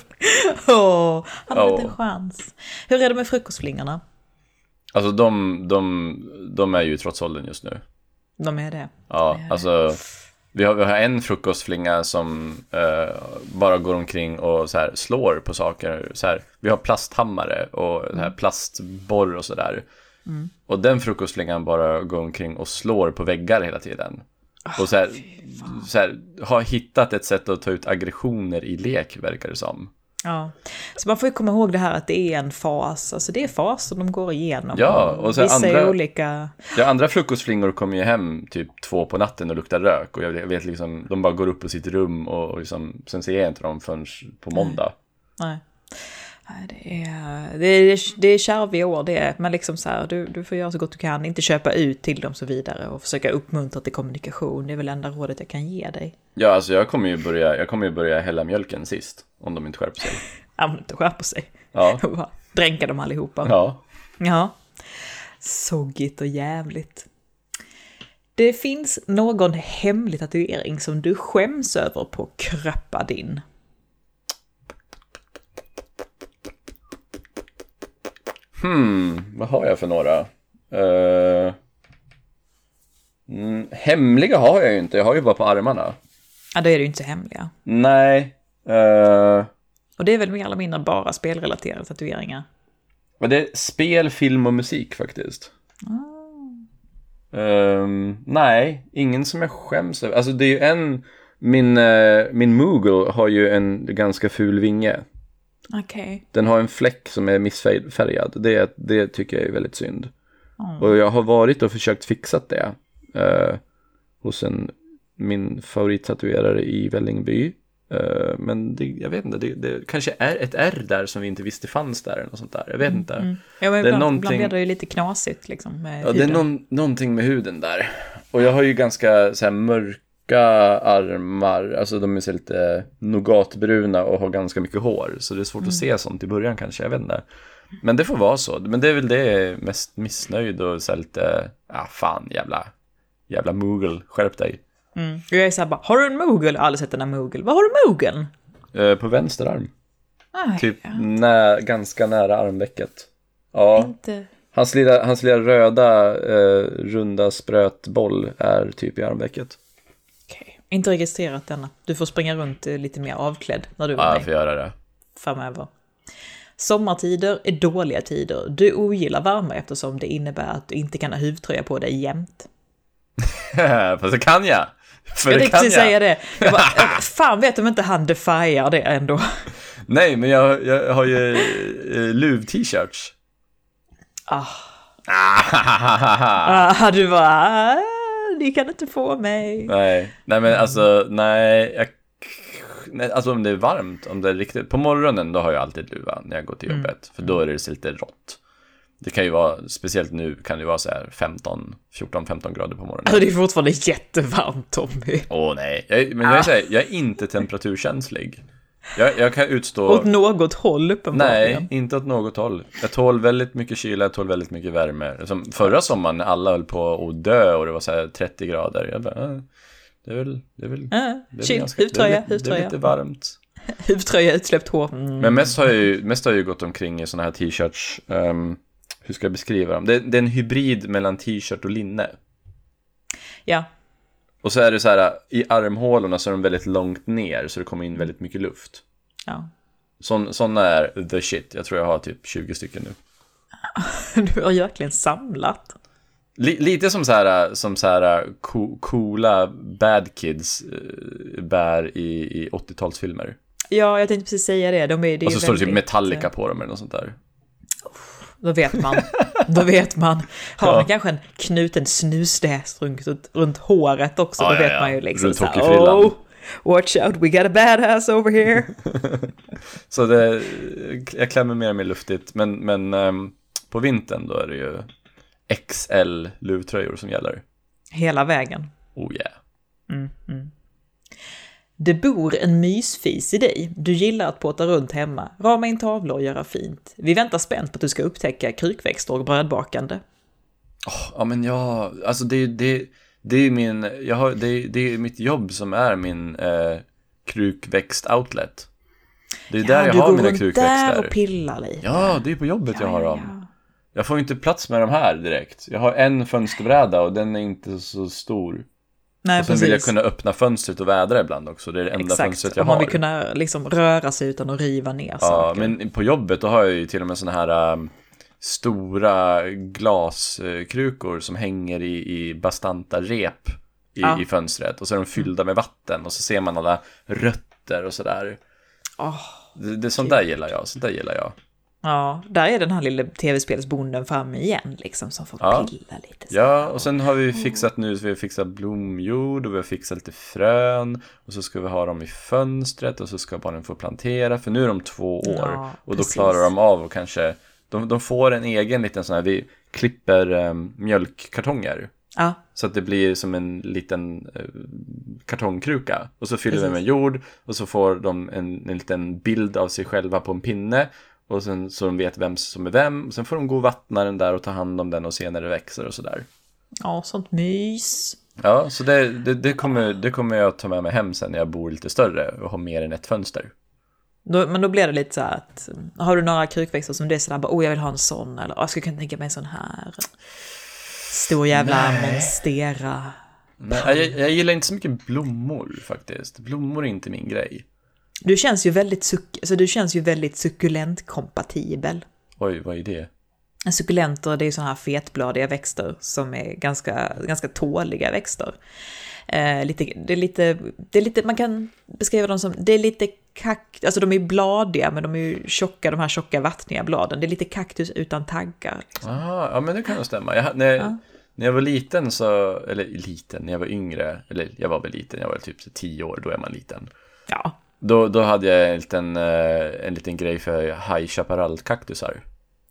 Åh, han har oh. inte en chans. Hur är det med frukostflingorna? Alltså de, de, de är ju trots åldern just nu. De är det. Ja, de är alltså... det. Vi har, vi har en frukostflinga som uh, bara går omkring och så här, slår på saker. Så här, vi har plasthammare och så här, plastborr och sådär. Mm. Och den frukostflingan bara går omkring och slår på väggar hela tiden. Oh, och så här, så här, har hittat ett sätt att ta ut aggressioner i lek, verkar det som. Ja, så man får ju komma ihåg det här att det är en fas. Alltså det är fas som de går igenom. Ja, och så vissa andra, olika... ja, andra frukostflingor kommer ju hem typ två på natten och luktar rök. Och jag vet liksom, de bara går upp på sitt rum och, och liksom, sen ser jag inte dem förrän på måndag. Nej, Nej det är, det är, det är kärviga år det är. Men liksom så här, du, du får göra så gott du kan. Inte köpa ut till dem så vidare och försöka uppmuntra till kommunikation. Det är väl enda rådet jag kan ge dig. Ja, alltså jag kommer ju börja, jag kommer ju börja hälla mjölken sist. Om de inte skärper sig. Om de inte skärper sig. Ja. Dränka dem allihopa. Ja. Ja. Soggigt och jävligt. Det finns någon hemlig tatuering som du skäms över på kröppa din. Hmm, vad har jag för några? Uh, mm, hemliga har jag ju inte, jag har ju bara på armarna. Ja, då är det ju inte så hemliga. Nej. Uh, och det är väl mer eller mindre bara spelrelaterade tatueringar. Men det är spel, film och musik faktiskt. Ah. Um, nej, ingen som jag skäms över. Alltså det är ju en, min, uh, min Moogle har ju en ganska ful vinge. Okej. Okay. Den har en fläck som är missfärgad. Det, det tycker jag är väldigt synd. Mm. Och jag har varit och försökt fixa det uh, hos en, min favorittatuerare i Vällingby. Uh, men det, jag vet inte, det, det kanske är ett R där som vi inte visste fanns där eller något sånt där. Jag vet inte. Mm. Ja, men det ibland, är någonting... ibland blir det ju lite knasigt liksom med Ja, huden. det är någon, någonting med huden där. Och jag har ju ganska så här mörka armar. Alltså de är så lite nougatbruna och har ganska mycket hår. Så det är svårt mm. att se sånt i början kanske, jag vet inte. Men det får vara så. Men det är väl det jag är mest missnöjd och så lite, ah fan jävla, jävla Moogle, skärp dig. Mm. Jag är så här bara, har du en Moogle? Jag har aldrig sett den här Moogle. Vad har du Moogle? Eh, på vänster arm. Aj, typ ja. nä, ganska nära armvecket. Ja. Inte... Hans lilla, hans lilla röda eh, runda sprötboll är typ i armvecket. Okej, okay. Inte registrerat denna. Du får springa runt eh, lite mer avklädd när du är Ja, med. jag får göra det. Framöver. Sommartider är dåliga tider. Du ogillar värme eftersom det innebär att du inte kan ha huvtröja på dig jämt. Fast det kan jag. För jag det tänkte kan jag. säga det. Jag bara, fan vet om inte han defiar det ändå. Nej, men jag, jag har ju uh, luv-t-shirts. Ah. ah, du bara, ah, ni kan inte få mig. Nej, nej men alltså, nej, jag, nej, alltså om det är varmt, om det är riktigt, på morgonen då har jag alltid luva när jag går till jobbet, mm. för då är det lite rått. Det kan ju vara, speciellt nu kan det vara så här femton, fjorton, femton grader på morgonen. Alltså det är fortfarande jättevarmt, Tommy. Åh nej, jag, men jag, säger, jag är inte temperaturkänslig. Jag, jag kan utstå... Åt något håll uppenbarligen. Nej, inte åt något håll. Jag tål väldigt mycket kyla, jag tål väldigt mycket värme. Som förra sommaren när alla höll på att dö och det var så här trettio grader. Jag bara, äh, det är väl... Det är väl, äh, det är chill, ganska, huvtröja, det är, huvtröja. Det är lite varmt. Huvtröja, utsläppt hår. Mm. Men mest har, jag ju, mest har jag ju gått omkring i såna här t-shirts. Um, hur ska jag beskriva dem? Det, det är en hybrid mellan t-shirt och linne. Ja. Och så är det så här, i armhålorna så är de väldigt långt ner så det kommer in väldigt mycket luft. Ja. Sån, såna är the shit. Jag tror jag har typ tjugo stycken nu. Du har verkligen samlat. L- lite som så här, som så här co- coola bad kids uh, bär i, i åttiotalsfilmer. Ja, jag tänkte precis säga det. De är, det och så är står det typ väldigt... Metallica på dem eller något sånt där. Då vet man. Då vet man. Har man Ja. kanske en knuten snusdäs runt, runt håret också. Ja, då ja, vet ja. man ju liksom Runt så här, hockeyfrillan. oh, watch out, we got a badass over here. Så det, jag klämmer mer med luftigt. Men, men um, på vintern då är det ju X L luvtröjor som gäller. Hela vägen. Oh yeah. Mm, mm. Det bor en mysfis i dig. Du gillar att påta runt hemma, rama in tavlor och göra fint. Vi väntar spänt på att du ska upptäcka krukväxter och brödbakande. Oh, ja men jag, alltså det, det, det är min, jag har, det, det är mitt jobb som är min eh, krukväxt-outlet. Det är Ja, där jag du har går mina runt krukväxter. där och pillar lite. Ja, det är på jobbet Ja, jag har ja, dem. ja. Jag får inte plats med de här direkt. Jag har en fönsterbräda och den är inte så stor. Nej, och sen precis. vill jag kunna öppna fönstret och vädra ibland också. Det är det enda Exakt. fönstret jag och man har. vill kunna liksom röra sig utan att riva ner Ja, saker. men på jobbet då har jag ju till och med såna här um, stora glaskrukor som hänger i, i bastanta rep i, Ja. i fönstret. Och så är de fyllda med vatten och så ser man alla rötter och sådär. Oh, Det, det, sånt där gillar jag, sånt där gillar jag. ja, där är den här lilla tv-spelsbonden framme igen liksom, som får Ja. pilla lite. Så. Ja, och sen har vi fixat nu, så vi har fixat blomjord och vi har fixat lite frön och så ska vi ha dem i fönstret och så ska barnen få plantera, för nu är de två år Ja, och då precis. klarar de av och kanske, de, de får en egen liten sån här, vi klipper um, mjölkkartonger Ja, så att det blir som en liten uh, kartongkruka och så fyller Precis. vi med jord och så får de en, en liten bild av sig själva på en pinne. Och sen så de vet vem som är vem. Sen får de gå och vattna den där och ta hand om den och se när det växer och sådär. ja, sånt mys. Ja, så det, det, det, kommer, det kommer jag ta med mig hem sen när jag bor lite större och har mer än ett fönster. Då, men då blir det lite så här att, har du några krukväxter som det är sådär, bara, oh jag vill ha en sån, eller oh, jag skulle kunna tänka mig en sån här stor jävla Nej. monstera. Nej, jag, jag gillar inte så mycket blommor faktiskt. Blommor är inte min grej. Du känns ju väldigt, suk- alltså, du känns ju väldigt sukulentkompatibel. Oj, vad är det? Sukulenter, det är såna här fetbladiga växter som är ganska, ganska tåliga växter. Eh, lite, det är lite, det är lite, man kan beskriva dem som, det är lite kakt, alltså de är bladiga men de är ju tjocka, de här tjocka vattniga bladen. Det är lite kaktus utan taggar. Liksom. Ah, ja, men det kan nog stämma. Jag, när, ja. när jag var liten så, eller liten, när jag var yngre, eller jag var väl liten, jag var typ tio år, då är man liten. Ja. Då, då hade jag en liten, en liten grej för High Chaparral-kaktusar.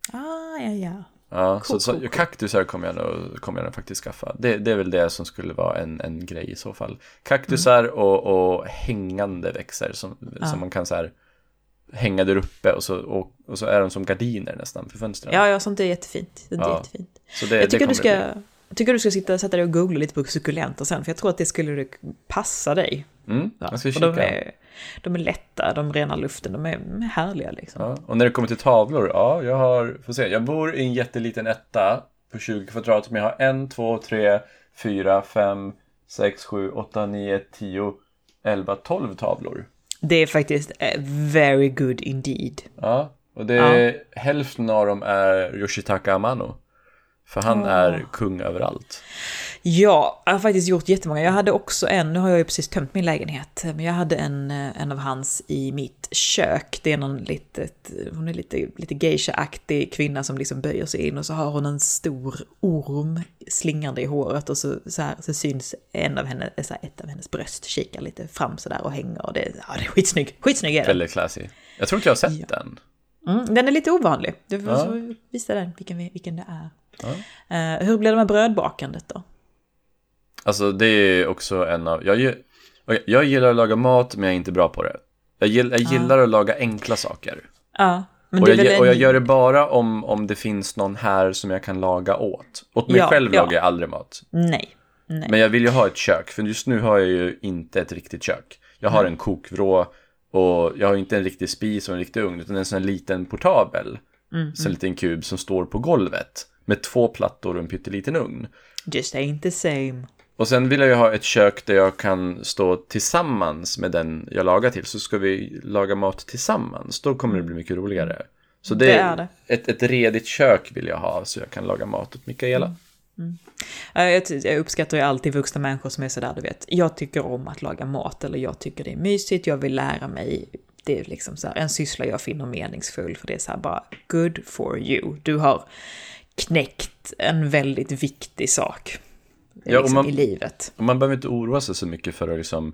Ah, ja, ja. Ja, cool, så, så cool, cool. kaktusar kommer jag nog, kommer jag nog faktiskt skaffa. Det, det är väl det som skulle vara en, en grej i så fall. Kaktusar mm. och, och hängande växter som, ja. som man kan så här hänga där uppe och så, och, och så är de som gardiner nästan för fönstren. Ja, ja, sånt är jättefint. Det är ja. jättefint. Så det, jag tycker det du ska... Jag tycker du ska sitta och sätta dig och googla lite på sukulenter sen, för jag tror att det skulle passa dig. Mm, ja. jag ska kika. De är, de är lätta, de renar luften, de är, de är härliga liksom. Ja. Och när det kommer till tavlor, ja, jag har, får se, jag bor i en jätteliten etta på tjugo kvadrat, men jag har en, två, tre, fyra, fem, sex, sju, åtta, nio, tio, elva, tolv tavlor. Det är faktiskt very good indeed. Ja, och det är, ja. hälften av dem är Yoshitaka Amano. För han oh. är kung överallt. Ja, jag har faktiskt gjort jättemånga. Jag hade också en, nu har jag ju precis tömt min lägenhet, men jag hade en, en av hans i mitt kök. Det är någon litet, hon är lite, lite geisha-aktig kvinna som liksom böjer sig in och så har hon en stor orm slingande i håret och så, så, här, så syns en av henne, så här, ett av hennes bröst kikar lite fram så där och hänger och det, ja, det är skitsnygg. Skitsnygg är det. Väldigt classy. Jag tror inte jag har sett ja. den. Mm, den är lite ovanlig. Du får ja. visa den, vilken, vilken det är. Ja. Uh, hur blir det med brödbakandet då? Alltså det är också en av... Jag, okay, jag gillar att laga mat, men jag är inte bra på det. Jag gillar, jag gillar ja. att laga enkla saker. Ja, men och, det är jag, väl en... och jag gör det bara om, om det finns någon här som jag kan laga åt. Åt mig ja, själv ja. lagar jag aldrig mat. Nej, nej. Men jag vill ju ha ett kök, för just nu har jag ju inte ett riktigt kök. Jag har mm. en kokvrå och jag har inte en riktig spis och en riktig ugn, utan en sån här liten portabel. Mm, så en mm. liten kub som står på golvet. Med två plattor och en pytteliten ugn. Just ain't the same. Och sen vill jag ju ha ett kök där jag kan stå tillsammans med den jag lagar till. Så ska vi laga mat tillsammans. Då kommer det bli mycket roligare. Så det, det är det. Ett, ett redigt kök vill jag ha så jag kan laga mat åt Mikaela. Mm. Mm. Jag, jag uppskattar ju alltid vuxna människor som är sådär, du vet. Jag tycker om att laga mat eller jag tycker det är mysigt. Jag vill lära mig. Det är liksom så här, en syssla jag finner meningsfull. För det är så här bara, good for you. Du har knäckt en väldigt viktig sak ja, liksom, man, i livet. Och man behöver inte oroa sig så mycket för att liksom...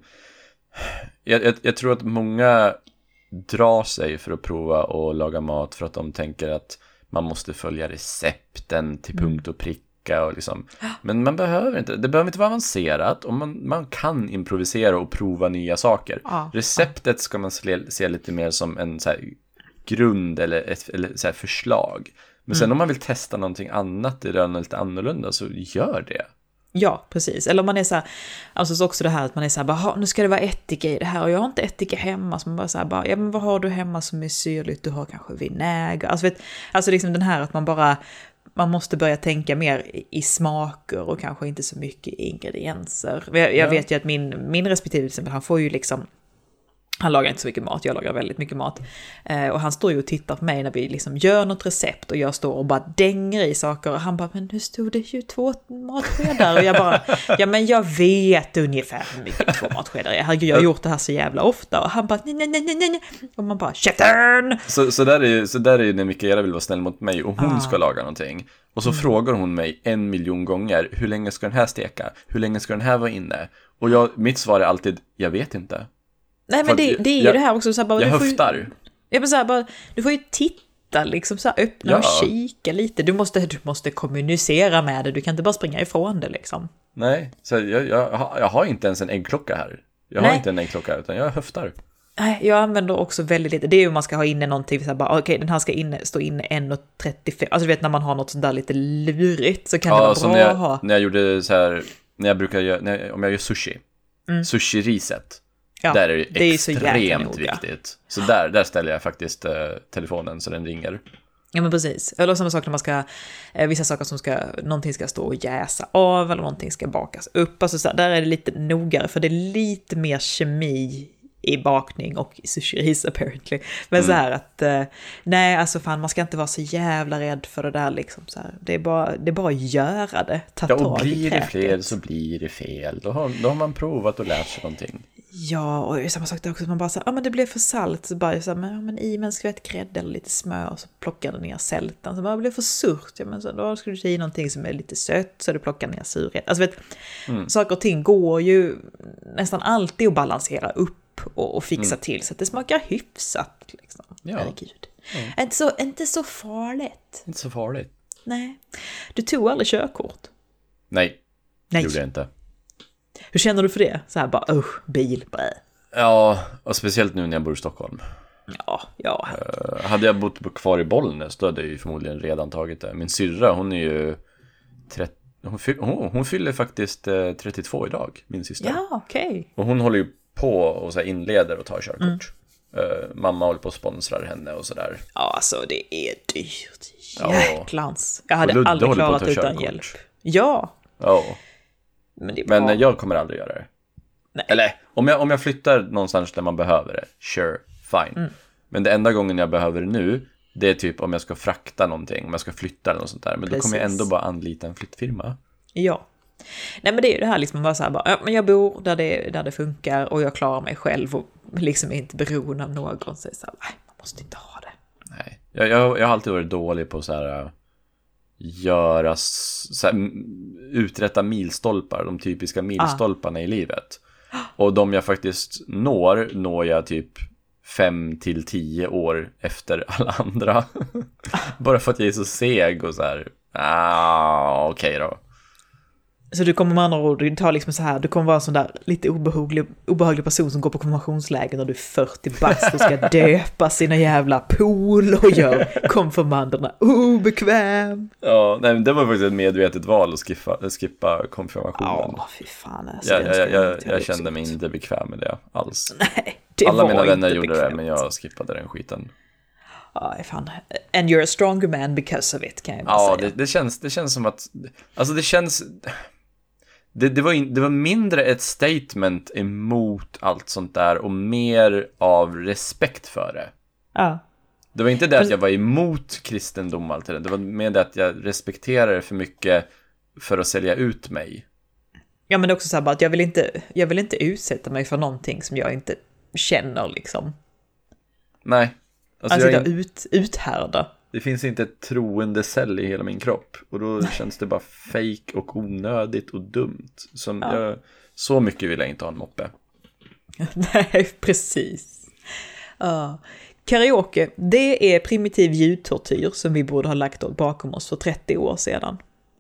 Jag, jag, jag tror att många drar sig för att prova att laga mat för att de tänker att man måste följa recepten till punkt och pricka och liksom. Men man behöver inte, det behöver inte vara avancerat och man, man kan improvisera och prova nya saker. Ja, receptet ska man se, se lite mer som en så här grund eller ett eller så här förslag. Men sen mm. om man vill testa någonting annat eller något lite annorlunda så gör det. Ja, precis. Eller om man är så här, alltså så också det här att man är så här, bara, nu ska det vara ättika i det här och jag har inte ättika hemma. Så man bara så här, bara, ja men vad har du hemma som är syrligt? Du har kanske vinäger. Alltså, vet, alltså liksom den här att man bara, man måste börja tänka mer i, i smaker och kanske inte så mycket ingredienser. Jag, jag ja. vet ju att min, min respektive till exempel, han får ju liksom, han lagar inte så mycket mat, jag lagar väldigt mycket mat. Eh, och han står ju och tittar på mig när vi liksom gör något recept och jag står och bara dänger i saker och han bara, men nu stod det ju två matskedar och jag bara, ja men jag vet ungefär hur mycket två matskedar är. Herregud, jag har gjort det här så jävla ofta och han bara, nej, nej, nej, nej, nej. Och man bara, käften! Så, så, där är ju, så där är ju när Mikaela vill vara snäll mot mig och hon ah. ska laga någonting. Och så mm. frågar hon mig en miljon gånger, hur länge ska den här steka? Hur länge ska den här vara inne? Och jag, mitt svar är alltid, jag vet inte. Nej men det, det är ju jag, det här också så här, bara, jag du får höftar ju, jag bara, så här, bara, du får ju titta liksom så här, öppna ja. och kika lite. Du måste, du måste kommunicera med det. Du kan inte bara springa ifrån det liksom. Nej, så jag, jag, jag har inte ens en äggklocka här. Jag har Nej. inte en äggklocka utan jag höftar. Nej, jag använder också väldigt lite. Det är ju om man ska ha inne någonting så här, bara okej, okay, den här ska inne, stå inne en trettiofem. Alltså du vet när man har något sånt där lite lurigt så kan ja, det vara bra när jag, att ha. när jag gjorde så här, när jag brukar göra, när jag, om jag gör sushi. Mm. Sushi-riset. Ja, där är det, det är extremt så viktigt. Så där, där ställer jag faktiskt eh, telefonen så den ringer. Ja, men precis. Eller samma sak när man ska, eh, vissa saker som ska, någonting ska stå och jäsa av eller någonting ska bakas upp. Alltså så här, där är det lite nogare för det är lite mer kemi i bakning och i sushi-ris apparently. Men mm. så här att, eh, nej alltså fan man ska inte vara så jävla rädd för det där liksom så här. Det är bara, det är bara att göra det. Ta ja, och blir det fel så blir det fel. Då har, då har man provat och lärt sig någonting. Ja, och samma sak där också, man bara så ja ah, men det blev för salt, så bara så här, men, ja, men i men skvätt grädde eller lite smör och så plockar du ner sältan, så bara, det blev för surt, ja men så då skulle du ta i någonting som är lite sött så du plockar ner surhet. Alltså vet, mm. saker och ting går ju nästan alltid att balansera upp och, och fixa mm. till så att det smakar hyfsat liksom. Ja. Herregud. Mm. Inte, så, inte så farligt. Inte så farligt. Nej. Du tog aldrig körkort? Nej, Nej. Det gjorde jag inte. Hur känner du för det? Så här bara, usch, bil, brä. Ja, och speciellt nu när jag bor i Stockholm. Ja, ja. Uh, hade jag bott kvar i Bollnäs då hade jag ju förmodligen redan tagit det. Min syrra, hon är ju trettio, hon, fyll, hon, hon fyller faktiskt uh, trettiotvå idag, min syster. Ja, okej. Okay. Och hon håller ju på och så här inleder och tar körkort. Mm. Uh, mamma håller på och sponsrar henne och sådär. Ja, alltså det är dyrt. Jäklans. Jag hade aldrig klarat utan körkort. Hjälp. Ja. Ja. Men, Men jag kommer aldrig göra det. Nej. Eller om jag, om jag flyttar någonstans där man behöver det, sure, fine. Mm. Men det enda gången jag behöver det nu, det är typ om jag ska frakta någonting, om jag ska flytta eller något sånt där. Men Precis. Då kommer jag ändå bara anlita en flyttfirma. Ja. Nej men det är ju det här liksom bara så här bara, ja, men jag bor där det, där det funkar och jag klarar mig själv och liksom är inte beroende av någon. Så är så här, nej, man måste inte ha det. Nej, jag, jag, jag har alltid varit dålig på så här göra så här, uträtta milstolpar, de typiska milstolparna ah. i livet. Och de jag faktiskt når, når jag typ fem till tio år efter alla andra. Bara för att jag är så seg och så här, ah, okej okay då. Så du kommer med andra ord, du tar liksom så här, du kommer vara en sån där lite obehaglig, obehaglig person som går på konfirmationslägen när du är fyrtio bast och ska döpa sina jävla pool och gör konfirmanderna obekväm. Ja, nej, det var faktiskt ett medvetet val att skippa, skippa konfirmationen. Ja, fy fan. Alltså, jag, jag, jag, jag, jag kände mig inte bekväm med det alls. Nej, det Alla var mina vänner inte gjorde bekvämt. det, men jag skippade den skiten. Ja, fan. And you're a stronger man because of it, kan jag bara ja, säga. Det, det, känns, det känns som att, alltså det känns... Det, det, var in, det var mindre ett statement emot allt sånt där och mer av respekt för det. Ja. Det var inte det att jag var emot kristendom alltid. Det var mer det att jag respekterar det för mycket för att sälja ut mig. Ja, men det är också så här bara att jag vill inte, jag vill inte utsätta mig för någonting som jag inte känner liksom. Nej. Alltså, alltså jag in... ut, uthärda. Det finns inte ett troende cell i hela min kropp. Och då Nej. Känns det bara fake och onödigt och dumt. Som ja. jag, så mycket vill jag inte ha en moppe. Nej, precis. Uh, karaoke, det är primitiv ljudtortyr som vi borde ha lagt bakom oss för trettio år sedan.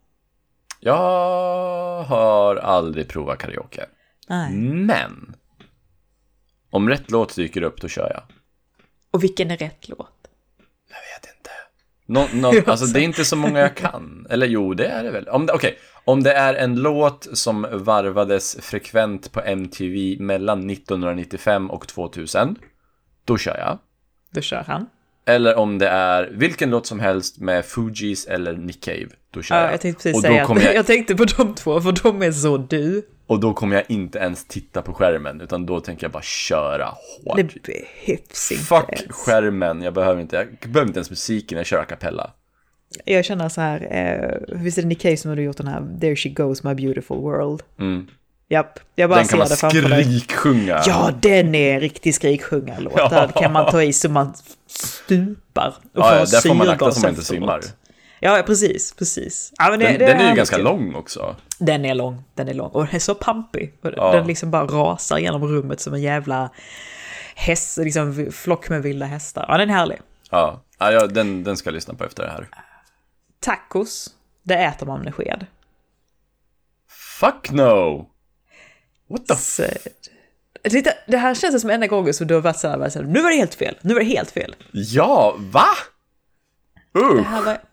Jag har aldrig provat karaoke. Nej. Men om rätt låt dyker upp, då kör jag. Och vilken är rätt låt? Jag vet inte. No, no, alltså det är inte så många jag kan. Eller jo, det är det väl. Om det, okay. Om det är en låt som varvades frekvent på M T V mellan nittonhundranittiofem och tvåtusen, då kör jag. Då kör han. Eller om det är vilken låt som helst med Fugees eller Nick Cave, då kör ja, jag. Jag tänkte precis säga att jag... jag tänkte på de två, för de är så du. Och då kommer jag inte ens titta på skärmen, utan då tänker jag bara köra hårt. Det behövs inte. Fuck ens. skärmen, jag behöver inte, jag behöver inte ens musiken, jag kör a cappella. Jag känner så här, eh, visst är det Nick Cave som har gjort den här There She Goes My Beautiful World? Mm. Japp, jag bara den kan man skriksjunga. Ja, den är riktig skriksjungarlåt. Ja. Där kan man ta i så man stupar. Och ja, ja, där får man akta så man inte svimmar. Ja, precis, precis. Ja, men det, den det den är är ju ganska lång också. Den är lång, den är lång. Och den är så pampig. Ja. Den liksom bara rasar genom rummet som en jävla häst, liksom flock med vilda hästar. Ja, den är härlig. Ja, ja den, den ska jag lyssna på efter det här. Tacos, det äter man med sked. Fuck no! What the så, det, det här känns som enda gången som du har varit så här, så här, nu var det helt fel, nu var det helt fel. Ja, va? Uh. Det här var,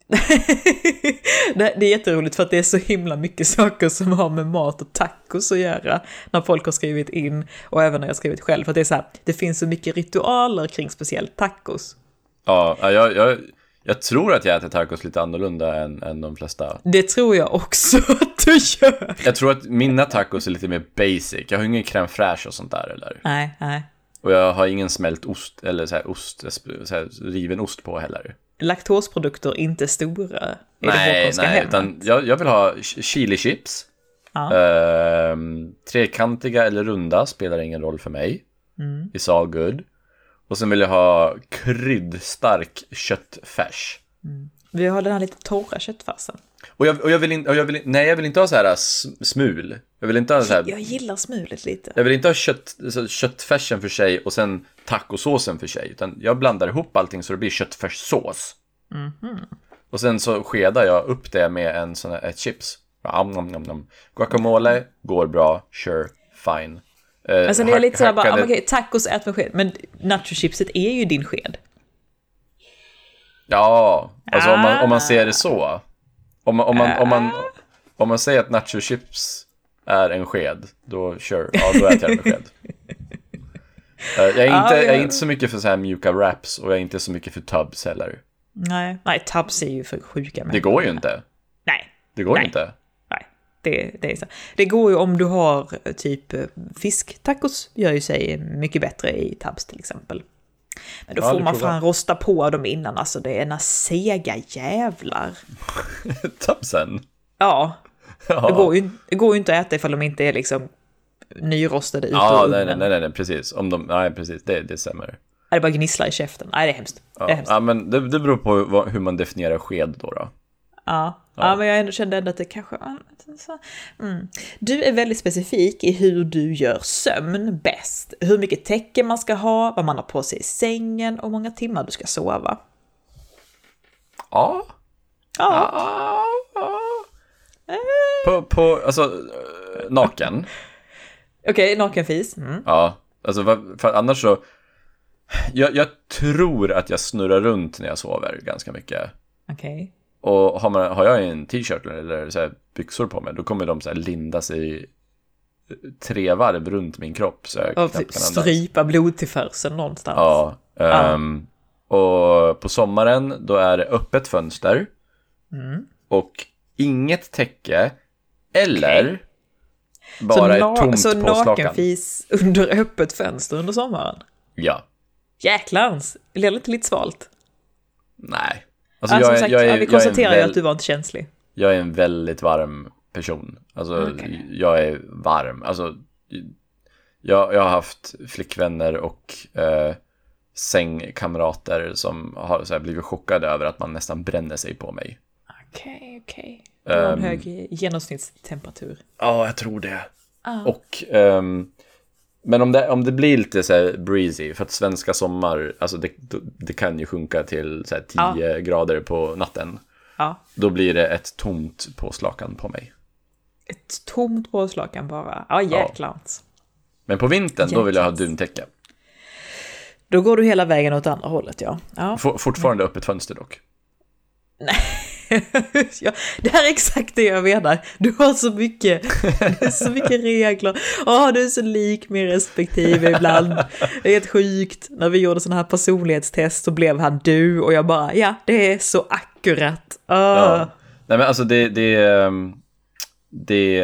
Det är jätteroligt för att det är så himla mycket saker som har med mat och tacos att göra när folk har skrivit in, och även när jag har skrivit själv, för att det är så här, det finns så mycket ritualer kring speciellt tacos. Ja, jag, jag, jag tror att jag äter tacos lite annorlunda än, än de flesta. Det tror jag också att du gör. Jag tror att mina tacos är lite mer basic. Jag har ingen crème fraîche och sånt där eller. Nej, nej. Och jag har ingen smält ost eller så här ost, så här riven ost på heller. Laktosprodukter inte stora i nej, det nej, utan jag, jag vill ha chili chips. Ja. Ehm, trekantiga eller runda spelar ingen roll för mig. Mm. It's all good. Och sen vill jag ha kryddstark köttfärs. Mm. Vi har den här lite torra köttfärsen. Och jag, och jag vill inte, jag vill, nej jag vill inte ha så här smul. Jag vill inte ha så här. Jag gillar smulet lite. Jag vill inte ha kött, så köttfärsen för sig och sen tacosåsen för sig, utan jag blandar ihop allting så det blir köttfärssås. Mm-hmm. Och sen så skedar jag upp det med en sån här, ett chips. Am, nam, nam, nam. Guacamole går bra, sure, fine. Eh, alltså det är lite så här bara, hackade... ah, okej, tacos ät med sked, men nacho-chipset är ju din sked. Ja, alltså ah. om, man, om man ser det så. Om man, om man, ah. om man, om man säger att nacho-chips är en sked, då sure, ja då äter jag en sked. jag, är inte, ah, ja. jag är inte så mycket för så här mjuka wraps, och jag är inte så mycket för tubs heller. Nej, nej, tubs är ju för sjuka människor. Det går ju inte. Nej. Det går nej. ju inte. Nej, det, det är så. Det går ju om du har typ fisktacos, gör ju sig mycket bättre i tubs till exempel. Men då ja, får man prova. Fan rosta på dem innan, alltså det är ena sega jävlar. Tubsen? Ja. ja. Det, går ju, det går ju inte att äta ifall de inte är liksom nyrostade ut ja, ur nej, ugnen. nej, nej, nej, precis. Om de, nej, precis, det, det stämmer. Det bara gnisslar i käften. Nej, det är hemskt. Ja, det är hemskt. Ja, men det, det beror på vad, hur man definierar sked då. då. Ja. Ja. ja, men jag kände ändå att det kanske... Mm. Du är väldigt specifik i hur du gör sömn bäst. Hur mycket täcke man ska ha, vad man har på sig i sängen och hur många timmar du ska sova. Ja. Ja. ja, ja. På, på, alltså, naken. Okej, okay, nakenfis. Mm. Ja, alltså för annars så... Jag, jag tror att jag snurrar runt när jag sover ganska mycket. Okej. Okay. Och har, man, har jag en t-shirt eller så här byxor på mig, då kommer de så här linda sig tre varv runt min kropp. Så jag och typ strypa blodtillförseln någonstans. Ja. Um, ja. Och på sommaren, då är det öppet fönster. Mm. Och inget täcke. Eller okay. bara så ett na- tomt så påslakan. Så nakenfis under öppet fönster under sommaren? Ja. Jäklans, det är inte lite svalt. Nej. Alltså ja, jag, är, sagt, jag är, ja, vi konstaterar ju väl, att du var inte känslig. Jag är en väldigt varm person. Alltså okay. jag är varm. Alltså jag, jag har haft flickvänner och eh, sängkamrater som har så här, blivit chockade över att man nästan bränner sig på mig. Okej, okay, okej. Okay. Det var en um, hög genomsnittstemperatur. Ja, jag tror det. Ah. Och um, men om det, om det blir lite så här breezy, för att svenska sommar, alltså det, det kan ju sjunka till så här tio ja. grader på natten. Ja. Då blir det ett tomt påslakan på mig. Ett tomt påslakan bara? Ja, jäklart. Ja. Men på vintern, jäklart. Då vill jag ha duntäcke. Då går du hela vägen åt andra hållet, ja. ja. For, fortfarande öppet fönster dock. Nej. Ja, det här är exakt det jag menar. Du har så mycket så mycket regler. Åh, du är så lik min respektive ibland. Det är helt sjukt. När vi gjorde sån här personlighetstest så blev han du och jag bara, ja, det är så akkurat. Åh. Ja. Nej, men alltså det det det,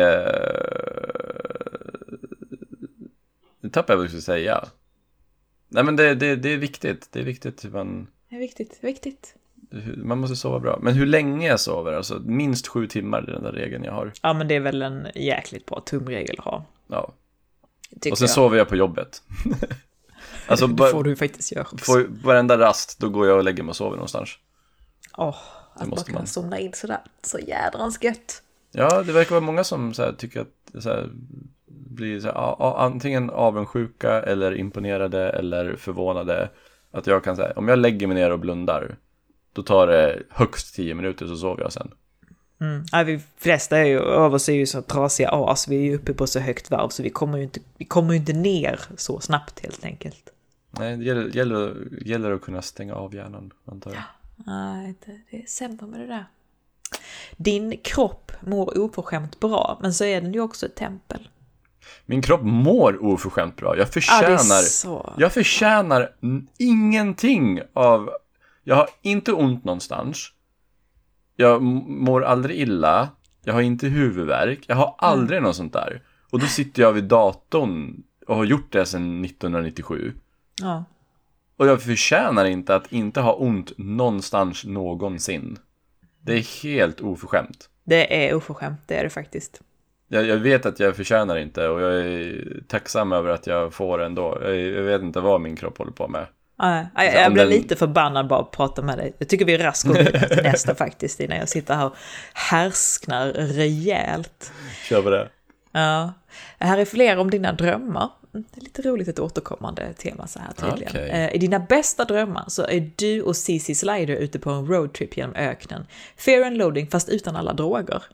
det tappar jag vad jag skulle säga. Nej, men det, det, det är viktigt. Det är viktigt hur man... Det är viktigt, viktigt. Man måste sova bra. Men hur länge jag sover? Alltså minst sju timmar är den där regeln jag har. Ja, men det är väl en jäkligt bra tumregel att ha. Ja. Och sen jag. sover jag på jobbet. Alltså, det får du faktiskt göra också. Får varenda rast, då går jag och lägger mig och sover någonstans. Åh, oh, att man kan man. somna in sådär. Så jädrans gött. Ja, det verkar vara många som så här, tycker att så här, blir så här, a, a, antingen avundsjuka eller imponerade eller förvånade. Att jag kan säga, om jag lägger mig ner och blundar, då tar det högst tio minuter så sover jag sen. Mm. Ja, vi flesta är ju, av oss är ju så trasiga as. Vi är ju uppe på så högt varv så vi kommer ju inte, vi kommer ju inte ner så snabbt helt enkelt. Nej, det gäller, gäller, gäller att kunna stänga av hjärnan, antar jag. Nej, det, det är sämre med det där. Din kropp mår oförskämt bra, men så är den ju också ett tempel. Min kropp mår oförskämt bra. Jag förtjänar, så... jag förtjänar ingenting av... Jag har inte ont någonstans. Jag mår aldrig illa. Jag har inte huvudvärk. Jag har aldrig mm. något sånt där. Och då sitter jag vid datorn och har gjort det sedan nittonhundranittiosju. Ja. Och jag förtjänar inte att inte ha ont någonstans någonsin. Det är helt oförskämt. Det är oförskämt, det är det faktiskt. Jag, jag vet att jag förtjänar inte och jag är tacksam över att jag får det ändå. Jag, jag vet inte vad min kropp håller på med. Ja, jag jag blir den... lite förbannad bara att prata med dig. Jag tycker vi är raskt går till nästa faktiskt innan jag sitter här och härsknar rejält. Kör på det. Ja, här är fler om dina drömmar. Det är lite roligt ett återkommande tema så här tydligen. Okay. I dina bästa drömmar så är du och C C Slider ute på en roadtrip genom öknen. Fear and loading fast utan alla droger.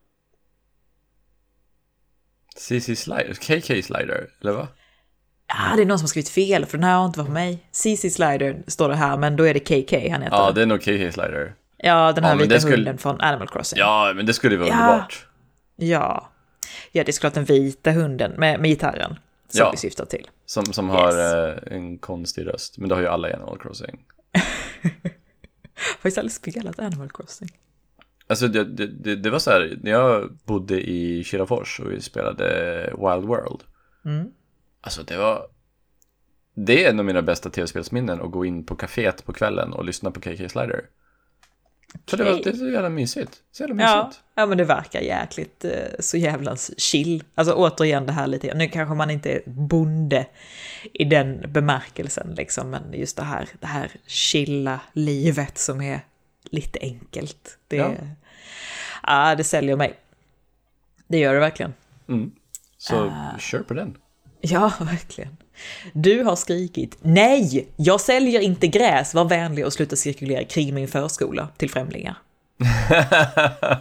C C Slider? K K Slider, eller vad? Ja, det är någon som har skrivit fel för den här har inte varit för mig. C C Slider står det här, men då är det K K han heter. Ja, det är nog K K Slider. Ja, den här ja, vita skulle... hunden från Animal Crossing. Ja, men det skulle vara ja. underbart. Ja. Ja, det är såklart den vita hunden med, med gitarren som ja. vi syftar till. Som, som yes. har eh, en konstig röst. Men det har ju alla i Animal Crossing. Har ju aldrig spelat Animal Crossing? Alltså det, det, det var så här, när jag bodde i Kilafors och vi spelade Wild World. Mm. Alltså det var... Det är en av mina bästa tv-spelsminnen att gå in på kaféet på kvällen och lyssna på K K Slider. Så det, var, det är så jävla mysigt. Så jävla mysigt. Ja, ja, men det verkar jäkligt så jävlans chill. Alltså återigen det här lite. Nu kanske man inte är bonde i den bemärkelsen liksom. Men just det här, det här chilla livet som är lite enkelt. Det, ja. Ja, det säljer mig. Det gör det verkligen. Mm. Så uh, kör på den. Ja, verkligen. Du har skrikit, nej, jag säljer inte gräs, var vänlig och sluta cirkulera kring min förskola till främlingar. uh,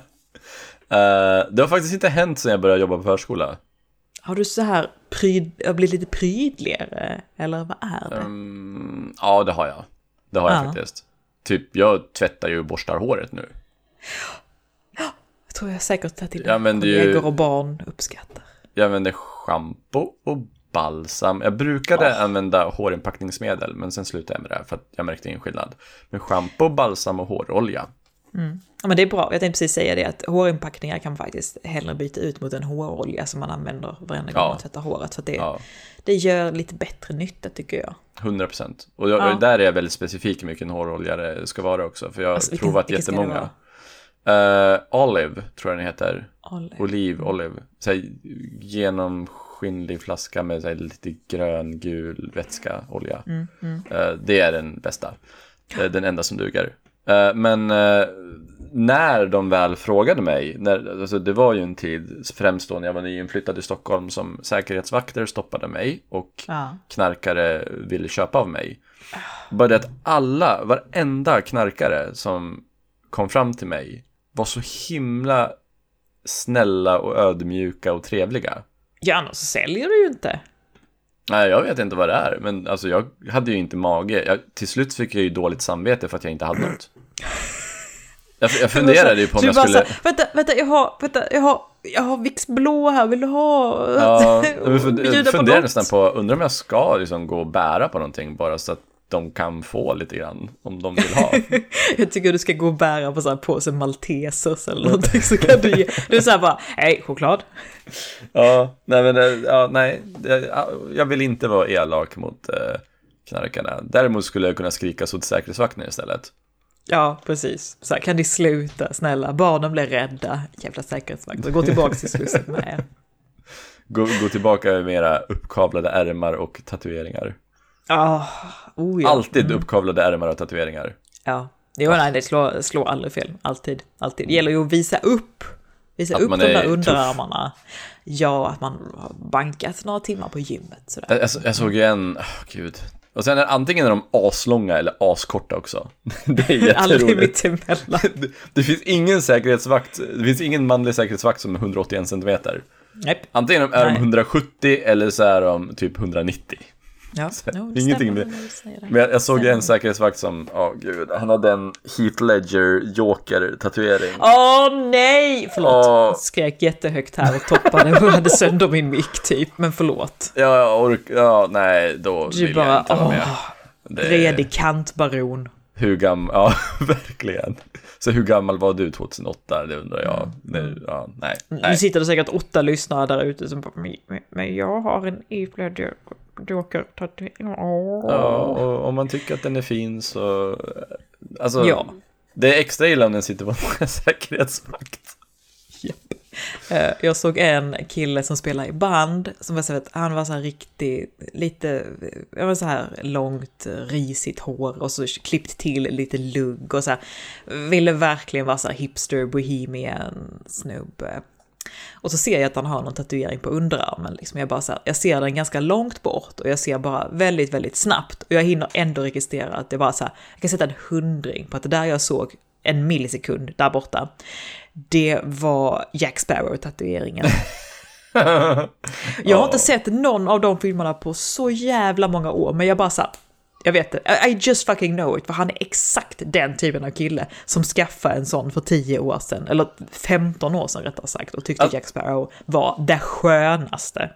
det har faktiskt inte hänt sedan jag började jobba på förskola. Har du så här pryd, blivit lite prydligare, eller vad är det? Um, ja, det har jag. Det har jag uh. faktiskt. Typ, jag tvättar ju och borstar håret nu. Ja, jag tror jag säkert att till ja, men kollegor ju... och barn uppskattar. Jag använder shampoo och balsam. Jag brukade oh. använda hårinpackningsmedel, men sen slutade jag med det för att jag märkte ingen skillnad. Men shampoo, balsam och hårolja. Mm. Ja, men det är bra. Jag tänkte precis säga det att hårinpackningar kan man faktiskt hellre byta ut mot en hårolja som man använder varenda gång ja. man tvättar håret. För att det, ja. det gör lite bättre nytta tycker jag. hundra procent. Och jag, ja. där är jag väldigt specifik hur mycket en hårolja det ska vara också. För jag har alltså, provat vilken, jättemånga. Uh, olive tror jag den heter. Olive. Oliv, olive. Så genomskinlig flaska med så här, lite grön, gul vätska, olja. Mm, mm. Uh, det är den bästa. Uh, den enda som duger. Uh, men uh, när de väl frågade mig, när, alltså det var ju en tid, främst då när jag var nyinflyttad i Stockholm, som säkerhetsvakter stoppade mig och ja. knarkare ville köpa av mig. Bara det att alla, varenda knarkare som kom fram till mig var så himla snälla och ödmjuka och trevliga. Ja, annars säljer du ju inte. Nej, jag vet inte vad det är. Men alltså, jag hade ju inte mage. Jag, till slut fick jag ju dåligt samvete för att jag inte hade något. Jag, jag funderade ju på om jag skulle... Så, vänta, vänta, jag har, vänta, jag har, jag har Vicks blå här, vill du ha? Ja, jag funderade fund, nästan på, undrar om jag ska liksom gå och bära på någonting bara så att de kan få lite grann om de vill ha. Jag tycker du ska gå och bära på så här påse Maltesers eller någonting så kan du ge. Du är så här bara, hej, choklad. Ja, nej men ja, nej, jag vill inte vara elak mot eh, knarkarna. Däremot skulle jag kunna skrika så till säkerhetsvakten istället. Ja, precis. Så här, kan ni sluta, snälla? Barnen blir rädda. Jävla säkerhetsvakter. Gå tillbaka till slussen med er. Gå, gå tillbaka med mera uppkavlade ärmar och tatueringar. Oh, oh ja. Alltid uppkavlade ärmar och tatueringar. Ja, jo, nej, det slår, slår aldrig fel. Alltid, alltid. Det gäller ju att visa upp. Visa att upp de där underarmarna. Ja, att man har bankat några timmar på gymmet. Sådär. Jag, jag, jag såg ju en... Oh, gud. Och sen är antingen är de aslånga eller askorta också. Det är jätteroligt. Aldrig mittemellan. Det, det finns ingen säkerhetsvakt. Det finns ingen manlig säkerhetsvakt som är hundraåttioen centimeter. Nej. Antingen är de hundrasjuttio eller så är de typ hundranittio. Ja, no, det ingenting med. Men jag, jag såg stämmer. En säkerhetsvakt som, åh oh, gud, han hade en Heath Ledger Joker-tatuering. Åh oh, nej! Förlåt, oh. jag skrek jättehögt här och toppade och hade sönder min mick typ, men förlåt. Ja, jag ork, ja nej, då du vill bara, jag inte vara med. Det... Redig kantbaron. Hur gammal, ja verkligen. Så hur gammal var du tjugohundraåtta, det undrar jag. Nu, ja, nej, nej. Nu sitter det säkert åtta lyssnare där ute som bara, men, men jag har en Heath Ledger Joker tatuering. Oh. Ja, och om man tycker att den är fin så, alltså, ja. Det är extra illa om den sitter på en säkerhetsvakt. Yep. Uh, jag såg en kille som spelar i band som var så att han var så här riktigt lite, jag var så här långt risigt hår och så klippt till lite lugg och så här, ville verkligen vara så här hipster bohemian snubbe. Och så ser jag att han har någon tatuering på underarmen liksom. Jag bara så här, jag ser den ganska långt bort och jag ser bara väldigt väldigt snabbt och jag hinner ändå registrera att det bara så här, jag kan sätta en hundring på att det där jag såg en millisekund där borta, det var Jack Sparrow-tatueringen. Jag har inte sett någon av de filmerna på så jävla många år, men jag bara så här, jag vet det, I just fucking know it, för han är exakt den typen av kille som skaffade en sån för tio år sedan, eller femton år sedan rättare sagt, och tyckte att Jack Sparrow var det skönaste.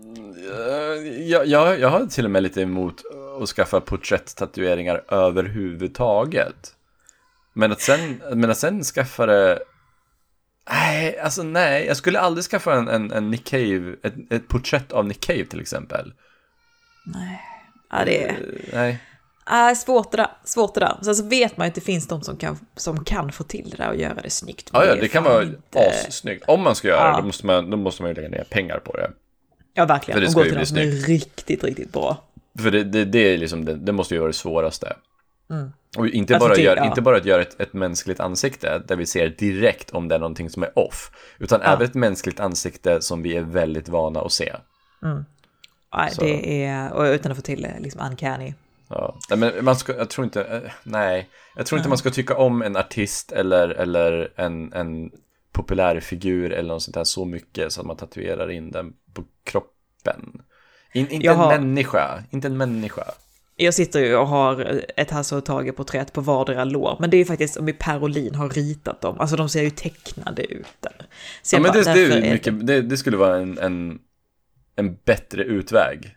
Jag, jag, jag har till och med lite emot att skaffa porträtt-tatueringar överhuvudtaget. Men att sen, men att sen skaffa det... Nej, alltså nej. Jag skulle aldrig skaffa en, en, en Nick Cave, ett, ett porträtt av Nick Cave till exempel. Nej, ja, det är... Uh, nej. Uh, svårt det där, svårt det där. Sen så vet man ju att det finns de som kan, som kan få till det där och göra det snyggt. Ja, ja, det, det kan vara inte... assnyggt. Om man ska göra ja. det, då måste man, då måste man ju lägga ner pengar på det. Ja, verkligen. För det och ska gå ju till bli något som är snyggt. Riktigt, riktigt bra. För det, det, det är liksom, det, det måste ju vara det svåraste. Mm. Och inte, alltså bara till, gör, ja. inte bara att göra ett, ett mänskligt ansikte där vi ser direkt om det är någonting som är off, utan ja. även ett mänskligt ansikte som vi är väldigt vana att se. Mm. Ja, det är, och utan att få till det, liksom uncanny. Ja. Men man ska, jag tror inte, nej, jag tror inte mm. man ska tycka om en artist eller, eller en, en populär figur eller något sånt där så mycket så att man tatuerar in den på kroppen. In, inte jag en har... människa, inte en människa. Jag sitter ju och har ett Hasse-och-Tage-porträtt på vardera lår. Men det är ju faktiskt om Perolin har ritat dem. Alltså de ser ju tecknade ut där. Så ja, men bara, det, det, är är mycket, det... Det, det skulle vara en, en, en bättre utväg.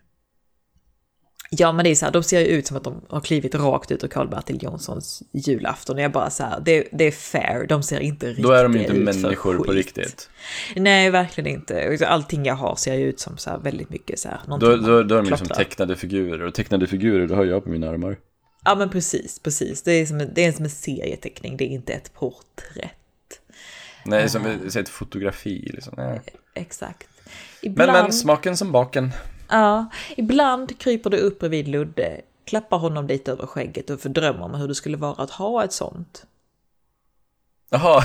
Ja, men det är så här, de ser ju ut som att de har klivit rakt ut ur Karl-Bertil Jonssons julafton. Jag bara så här, det, det är fair. De ser inte riktigt ut. Då är de ju inte människor på riktigt. Nej, verkligen inte. Allting jag har ser ju ut som så här väldigt mycket så här. Då, då, då är de ju som tecknade figurer. Och tecknade figurer, det har jag på mina armar. Ja, men precis, precis. Det är som en, det är som en serieteckning. Det är inte ett porträtt. Nej, uh. som ett, ett fotografi liksom. Ja. Exakt. Ibland... Men, men smaken som baken. Ja, ibland kryper du upp bredvid Ludde, klappar honom lite över skägget och fördrömmer om hur det skulle vara att ha ett sånt. Jaha.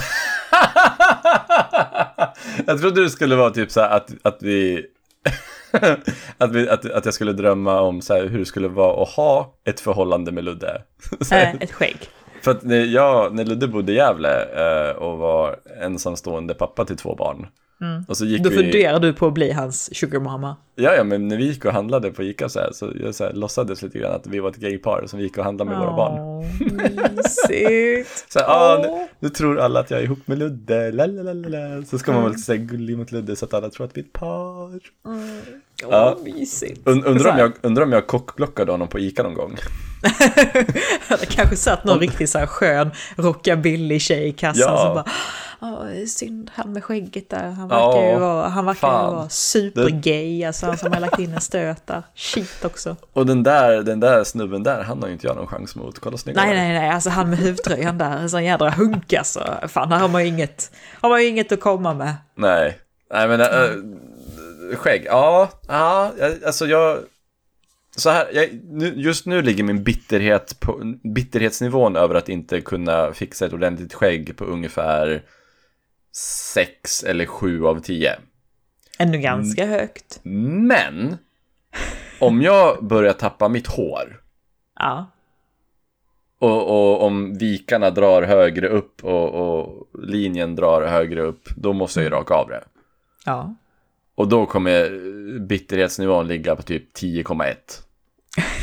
Jag trodde det skulle vara typ så här att, att vi... att, vi att, att jag skulle drömma om så här, hur det skulle vara att ha ett förhållande med Ludde. Äh, ett skägg. För att när, jag, när Ludde bodde i Gävle eh, och var ensamstående pappa till två barn. Mm. Och så gick Då vi... funderar du på att bli hans sugar mama. Ja, ja, men när vi gick och handlade på Ica så här, så jag så här, låtsades lite grann att vi var ett gaypar som gick och handlade med oh, våra barn. Mysigt. Så här, ah, nu, nu tror alla att jag är ihop med Ludde. Lalalala. Så ska man väl säga gullig mot Ludde så att alla tror att vi är ett par. Mm. Oh, ja. Mysigt. Und, undrar, om jag, undrar om jag kockblockade honom på Ica någon gång. Det kanske satt någon riktigt så här skön rockabilly-tjej i kassan ja. som bara... Åh, synd, han med skägget där. Han verkar ja, ju vara, han verkar vara supergay. Alltså han som har lagt in en stöt där. Shit också. Och den där, den där snubben där, han har ju inte jag någon chans mot. Kolla snyggt. Nej, nej, nej. Alltså han med huvtröjan där. En sån jädra hunk alltså. Fan, här har man ju inget, har man ju inget att komma med. Nej. Nej, men äh, skägg. Ja, ja, alltså jag... Så här, jag, nu, just nu ligger min bitterhet på, bitterhetsnivån över att inte kunna fixa ett ordentligt skägg på ungefär sex eller sju av tio. Ännu ganska högt. Men om jag börjar tappa mitt hår ja. och, och om vikarna drar högre upp och, och linjen drar högre upp, då måste jag ju raka av det. Ja. Och då kommer bitterhetsnivån ligga på typ tio komma ett.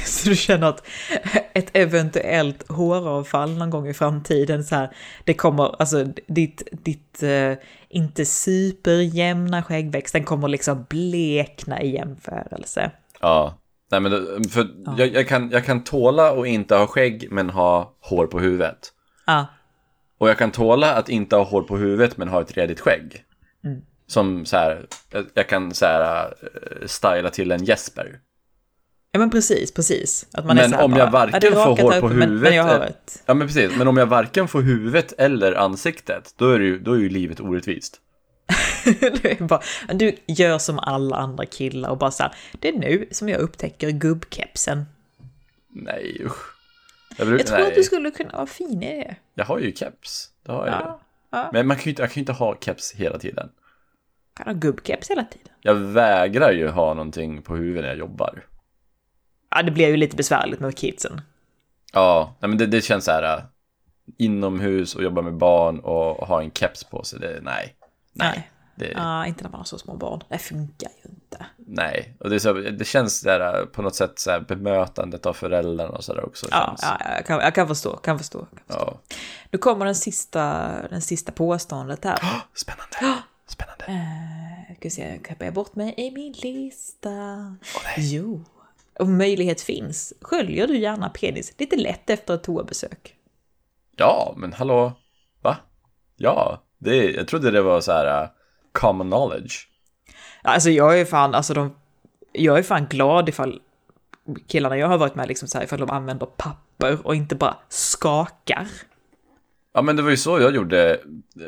Så du känner att ett eventuellt håravfall någon gång i framtiden så här, det kommer, alltså ditt, ditt uh, inte superjämna skäggväxt, den kommer liksom blekna i jämförelse. Ja, nej men det, för ja. jag, jag, kan, jag kan tåla att inte ha skägg men ha hår på huvudet. Ja. Och jag kan tåla att inte ha hår på huvudet men ha ett redigt skägg. Mm. Som så här, jag, jag kan så här uh, styla till en Jesper. Ja men precis, precis. Att man men är så här om bara, jag varken får hår på upp, huvudet men, men jag har ett... Ja men precis, men om jag varken får huvudet eller ansiktet, då är, det ju, då är ju livet orättvist. Du, är bara, du gör som alla andra killar och bara så här, det är nu som jag upptäcker gubbkepsen. Nej, usch. Jag, bruk, jag tror nej. att du skulle kunna vara fin i det. Jag har ju keps, det har jag ja, ja. Men man kan ju inte, jag kan ju inte ha keps hela tiden. Kan ha gubbkeps hela tiden. Jag vägrar ju ha någonting på huvudet när jag jobbar. Ja, det blir ju lite besvärligt med kidsen. Ja, men det, det känns så här uh, inomhus och jobba med barn och ha en keps på sig, det, nej. Nej. nej. Det, ja, inte när man har så små barn. Det funkar ju inte. Nej, och det, är så, det känns där på något sätt så här bemötandet av föräldrarna och sådär också. Ja, ja jag, kan, jag kan förstå, kan förstå. Kan förstå. Ja. Nu kommer den sista, den sista påståendet här. Oh, spännande, spännande. Uh, ska vi se, jag kan börja bort mig i min lista. Oh, nej. Jo, om möjlighet finns, sköljer du gärna penis lite lätt efter ett toabesök? Ja, men hallå, va? Ja, det, jag trodde det var så här uh, common knowledge. Alltså jag är fan, alltså de, jag är fan glad ifall killarna jag har varit med liksom så här, ifall de använder papper och inte bara skakar. Ja, men det var ju så jag gjorde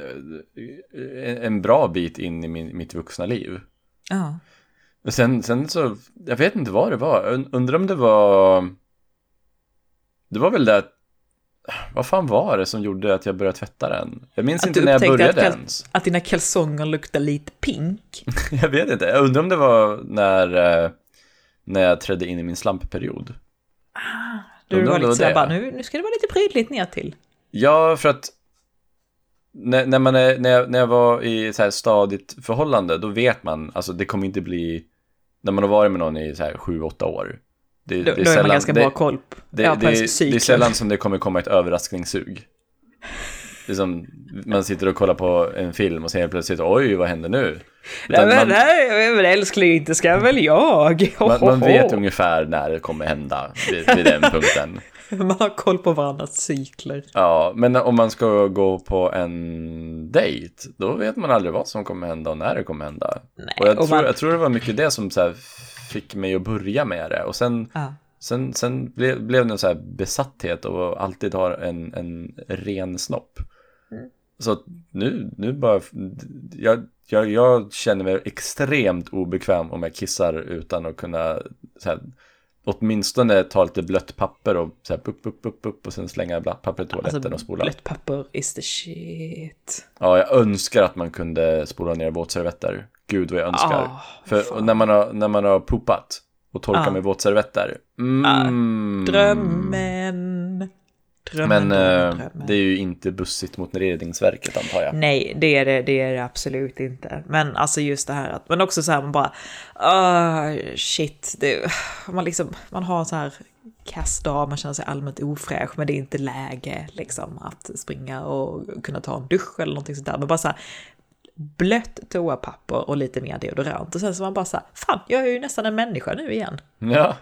en bra bit in i min, mitt vuxna liv. Ja. Men sen, sen så, jag vet inte vad det var. Undrar om det var, det var väl det att, vad fan var det som gjorde att jag började tvätta den? Jag minns att inte när jag började att, kal- ens. Att dina kalsonger luktar lite pink. Jag vet inte. Jag undrar om det var när, när jag trädde in i min slampperiod. Ah, du var lite såhär bara, nu, nu ska det vara lite prydligt ner till. Ja, för att när, när, man är, när, jag, när jag var i så här stadigt förhållande, då vet man, alltså det kommer inte bli, när man har varit med någon i så här sju, åtta år. Det, då, det är då sällan, är man ganska det, bra koll på det, ja, det, det, det är sällan som det kommer komma ett överraskningssug. Det är som man sitter och kollar på en film och ser plötsligt, oj, vad händer nu? Nej, men, man, nej, men älskling, inte ska väl jag. Man, man vet ungefär när det kommer hända vid, vid den punkten. Man har koll på varandras cykler. Ja, men om man ska gå på en dejt, då vet man aldrig vad som kommer hända och när det kommer hända. Nej, och jag, och tror, man... jag tror det var mycket det som så här fick mig att börja med det. Och sen, ja. sen, sen blev, blev det en så här besatthet och alltid har en, en ren snopp. Mm. Så nu, nu bara, jag, jag, jag känner mig extremt obekväm om jag kissar utan att kunna så här, åtminstone ta lite blött papper och så här, upp, upp, upp, upp och sen slänga blött papper i toaletten alltså, och spola. Blött papper is the shit. Ja, jag önskar att man kunde spola ner våtservetter. Gud vad jag önskar. Oh, För när man, har, när man har popat och torkat ah. med våtservetter. Mm. Ah, drömmen. Drömmen, Men drömmen, äh, drömmen. Det är ju inte bussigt mot Redningsverket, antar jag. Nej, det är det, det är det absolut inte. Men alltså just det här att men också så här man bara uh, shit, det, man liksom man har så här kastdag, man känner sig allmänt ofräsch, men det är inte läge liksom att springa och kunna ta en dusch eller någonting sånt där. Men bara så här blött toapapper och lite mer deodorant och sen så man bara så här, fan, jag är ju nästan en människa nu igen. Ja.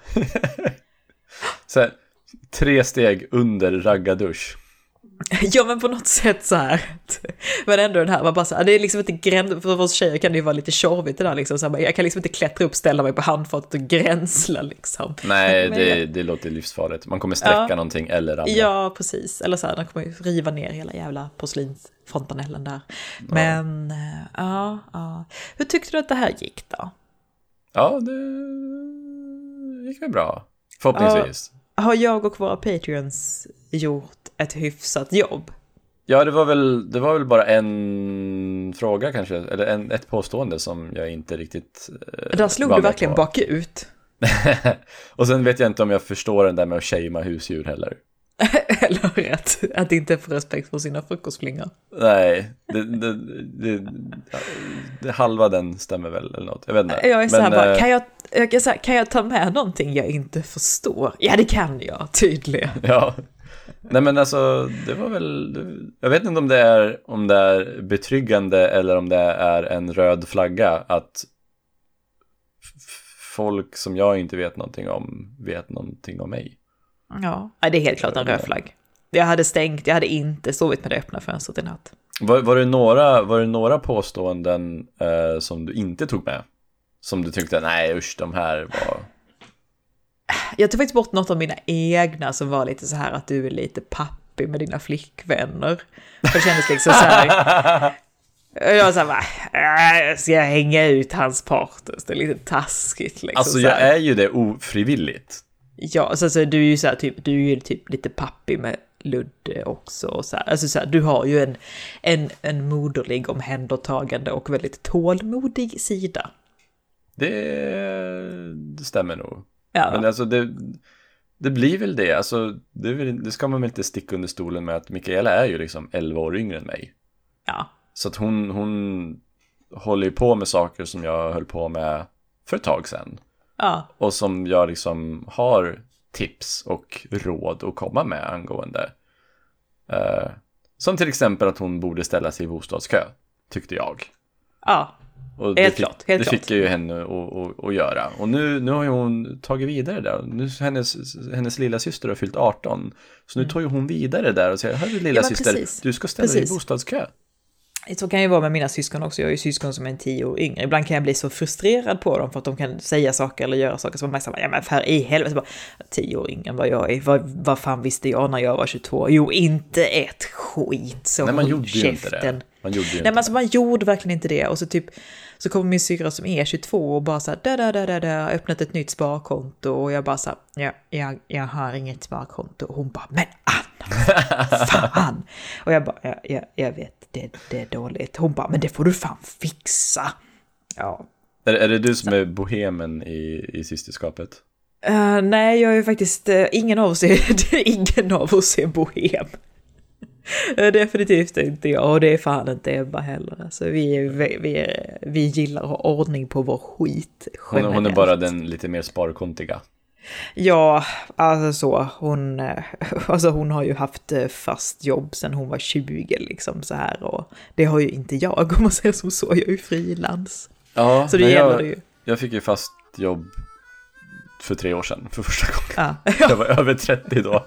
Så här, tre steg under raggardusch. Ja, men på något sätt så här. Men ändå den här, man bara så här, det är liksom inte gräns, för oss tjejer kan det ju vara lite tjorvigt det där liksom. Så här, jag kan liksom inte klättra upp, ställa mig på handfatet och gränsla liksom. Nej, men, det, det låter livsfarligt. Man kommer sträcka ja, någonting eller ramla. Ja, precis. Eller så här, de kommer ju riva ner hela jävla porslinsfontanellen där. Men, ja. ja, ja. Hur tyckte du att det här gick då? Ja, det gick väl bra. Förhoppningsvis. Ja, har jag och våra Patreons gjort ett hyfsat jobb? Ja, det var väl, det var väl bara en fråga kanske, eller en, ett påstående som jag inte riktigt eh, där slog du verkligen bakut. Och sen vet jag inte om jag förstår den där med att shamea husdjur heller. Eller att, att inte få respekt för sina frukostflingor. Nej, det, det, det, det halva den stämmer väl eller något. Jag vet inte. Jag är så här Men, bara, eh, kan jag, jag kan, säga, kan jag ta med någonting jag inte förstår? Ja, det kan jag, tydligen. Ja. Nej men alltså, det var väl, jag vet inte om det är om det är betryggande eller om det är en röd flagga att f- folk som jag inte vet någonting om vet någonting om mig. Ja, det är helt klart en röd flagg. Jag hade stängt, jag hade inte sovit med det öppna fönstret i natt. Var, var, det några, var det några påståenden eh, som du inte tog med? Som du tyckte, nej usch, de här var... Jag tog faktiskt bort något av mina egna som var lite så här att du är lite pappig med dina flickvänner. För det kändes liksom så här... Jag var så här, ska jag hänga ut hans partners? Det är lite taskigt liksom. Alltså jag är ju det ofrivilligt. Ja, så, så du är ju så här, typ, du är ju typ lite pappig med Ludde också. Och så här. Alltså så här, du har ju en, en, en moderlig, omhändertagande och väldigt tålmodig sida. Det, det stämmer nog. Ja. Men alltså det, det blir väl det. Alltså det, är väl, det ska man väl inte sticka under stolen med att Mikaela är ju liksom elva år yngre än mig. Ja. Så att hon, hon håller ju på med saker som jag höll på med för ett tag sedan. Ja. Och som jag liksom har tips och råd att komma med angående. Uh, som till exempel att hon borde ställa sig i bostadskö, tyckte jag. Ja. Och det helt fick, klart, helt det klart. fick ju henne att, att, att göra. Och nu, nu har ju hon tagit vidare där. Nu hennes, hennes lilla syster har fyllt arton. Så nu tar ju hon vidare där och säger, hörru lilla Ja, syster, precis. du ska ställa dig Precis. i bostadskö. Så kan ju vara med mina syskon också. Jag är ju syskon som är en tio år yngre. Ibland kan jag bli så frustrerad på dem för att de kan säga saker eller göra saker som man säger, ja men för i helvete, bara, tio år yngre än vad jag är. Vad, vad fan visste jag när jag var tjugotvå? Jo, inte ett skit. Så Nej, man håll gjorde ju inte det. Man gjorde ju Nej, inte men alltså man gjorde verkligen inte det. Och så typ, så kommer min syra som är tjugotvå och bara så här, där, där, där, där, där, öppnat ett nytt sparkonto. Och jag bara så här, ja, jag, jag har inget sparkonto. Och hon bara, men Anna, fan. Och jag bara, ja, ja, jag vet, det, det är dåligt. Hon bara, men det får du fan fixa. Ja. Är, är det du som är bohemen i, i systerskapet? Uh, nej, jag är faktiskt, uh, ingen av oss är, ingen av oss är bohem. Definitivt inte jag, och det är fan inte Ebba heller. Alltså, vi, är, vi, vi, är, vi gillar att ha ordning på vår skit. Hon, hon är bara den lite mer sparkontiga. Ja, alltså så. Hon, alltså hon har ju haft fast jobb sedan hon var tjugo liksom så här. Och det har ju inte jag, om man säger som så. Jag är ju frilans. Ja, så det men gäller jag, det ju. Jag fick ju fast jobb för tre år sedan, för första gången. Ja. Jag var över trettio då.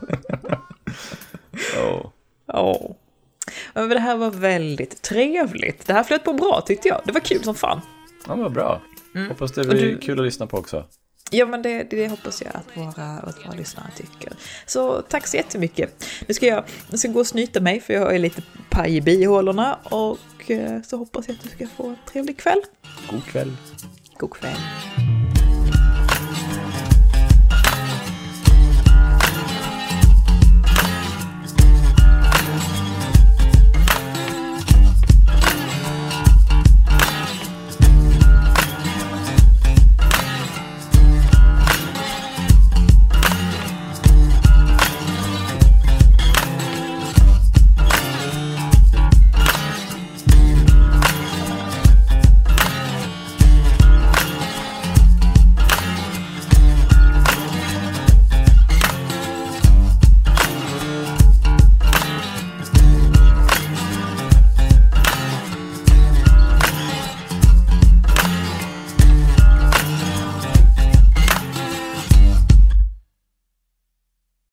oh. Ja. Men det här var väldigt trevligt. Det här flöt på bra tyckte jag. Det var kul som fan. Ja, men bra. Mm. Hoppas det blir du... kul att lyssna på också. Ja, men det, det hoppas jag att våra, att våra lyssnare tycker. Så tack så jättemycket. Nu ska jag, jag ska gå och snyta mig för jag är lite paj i bihålorna. Och så hoppas jag att du ska få en trevlig kväll. God kväll. God kväll.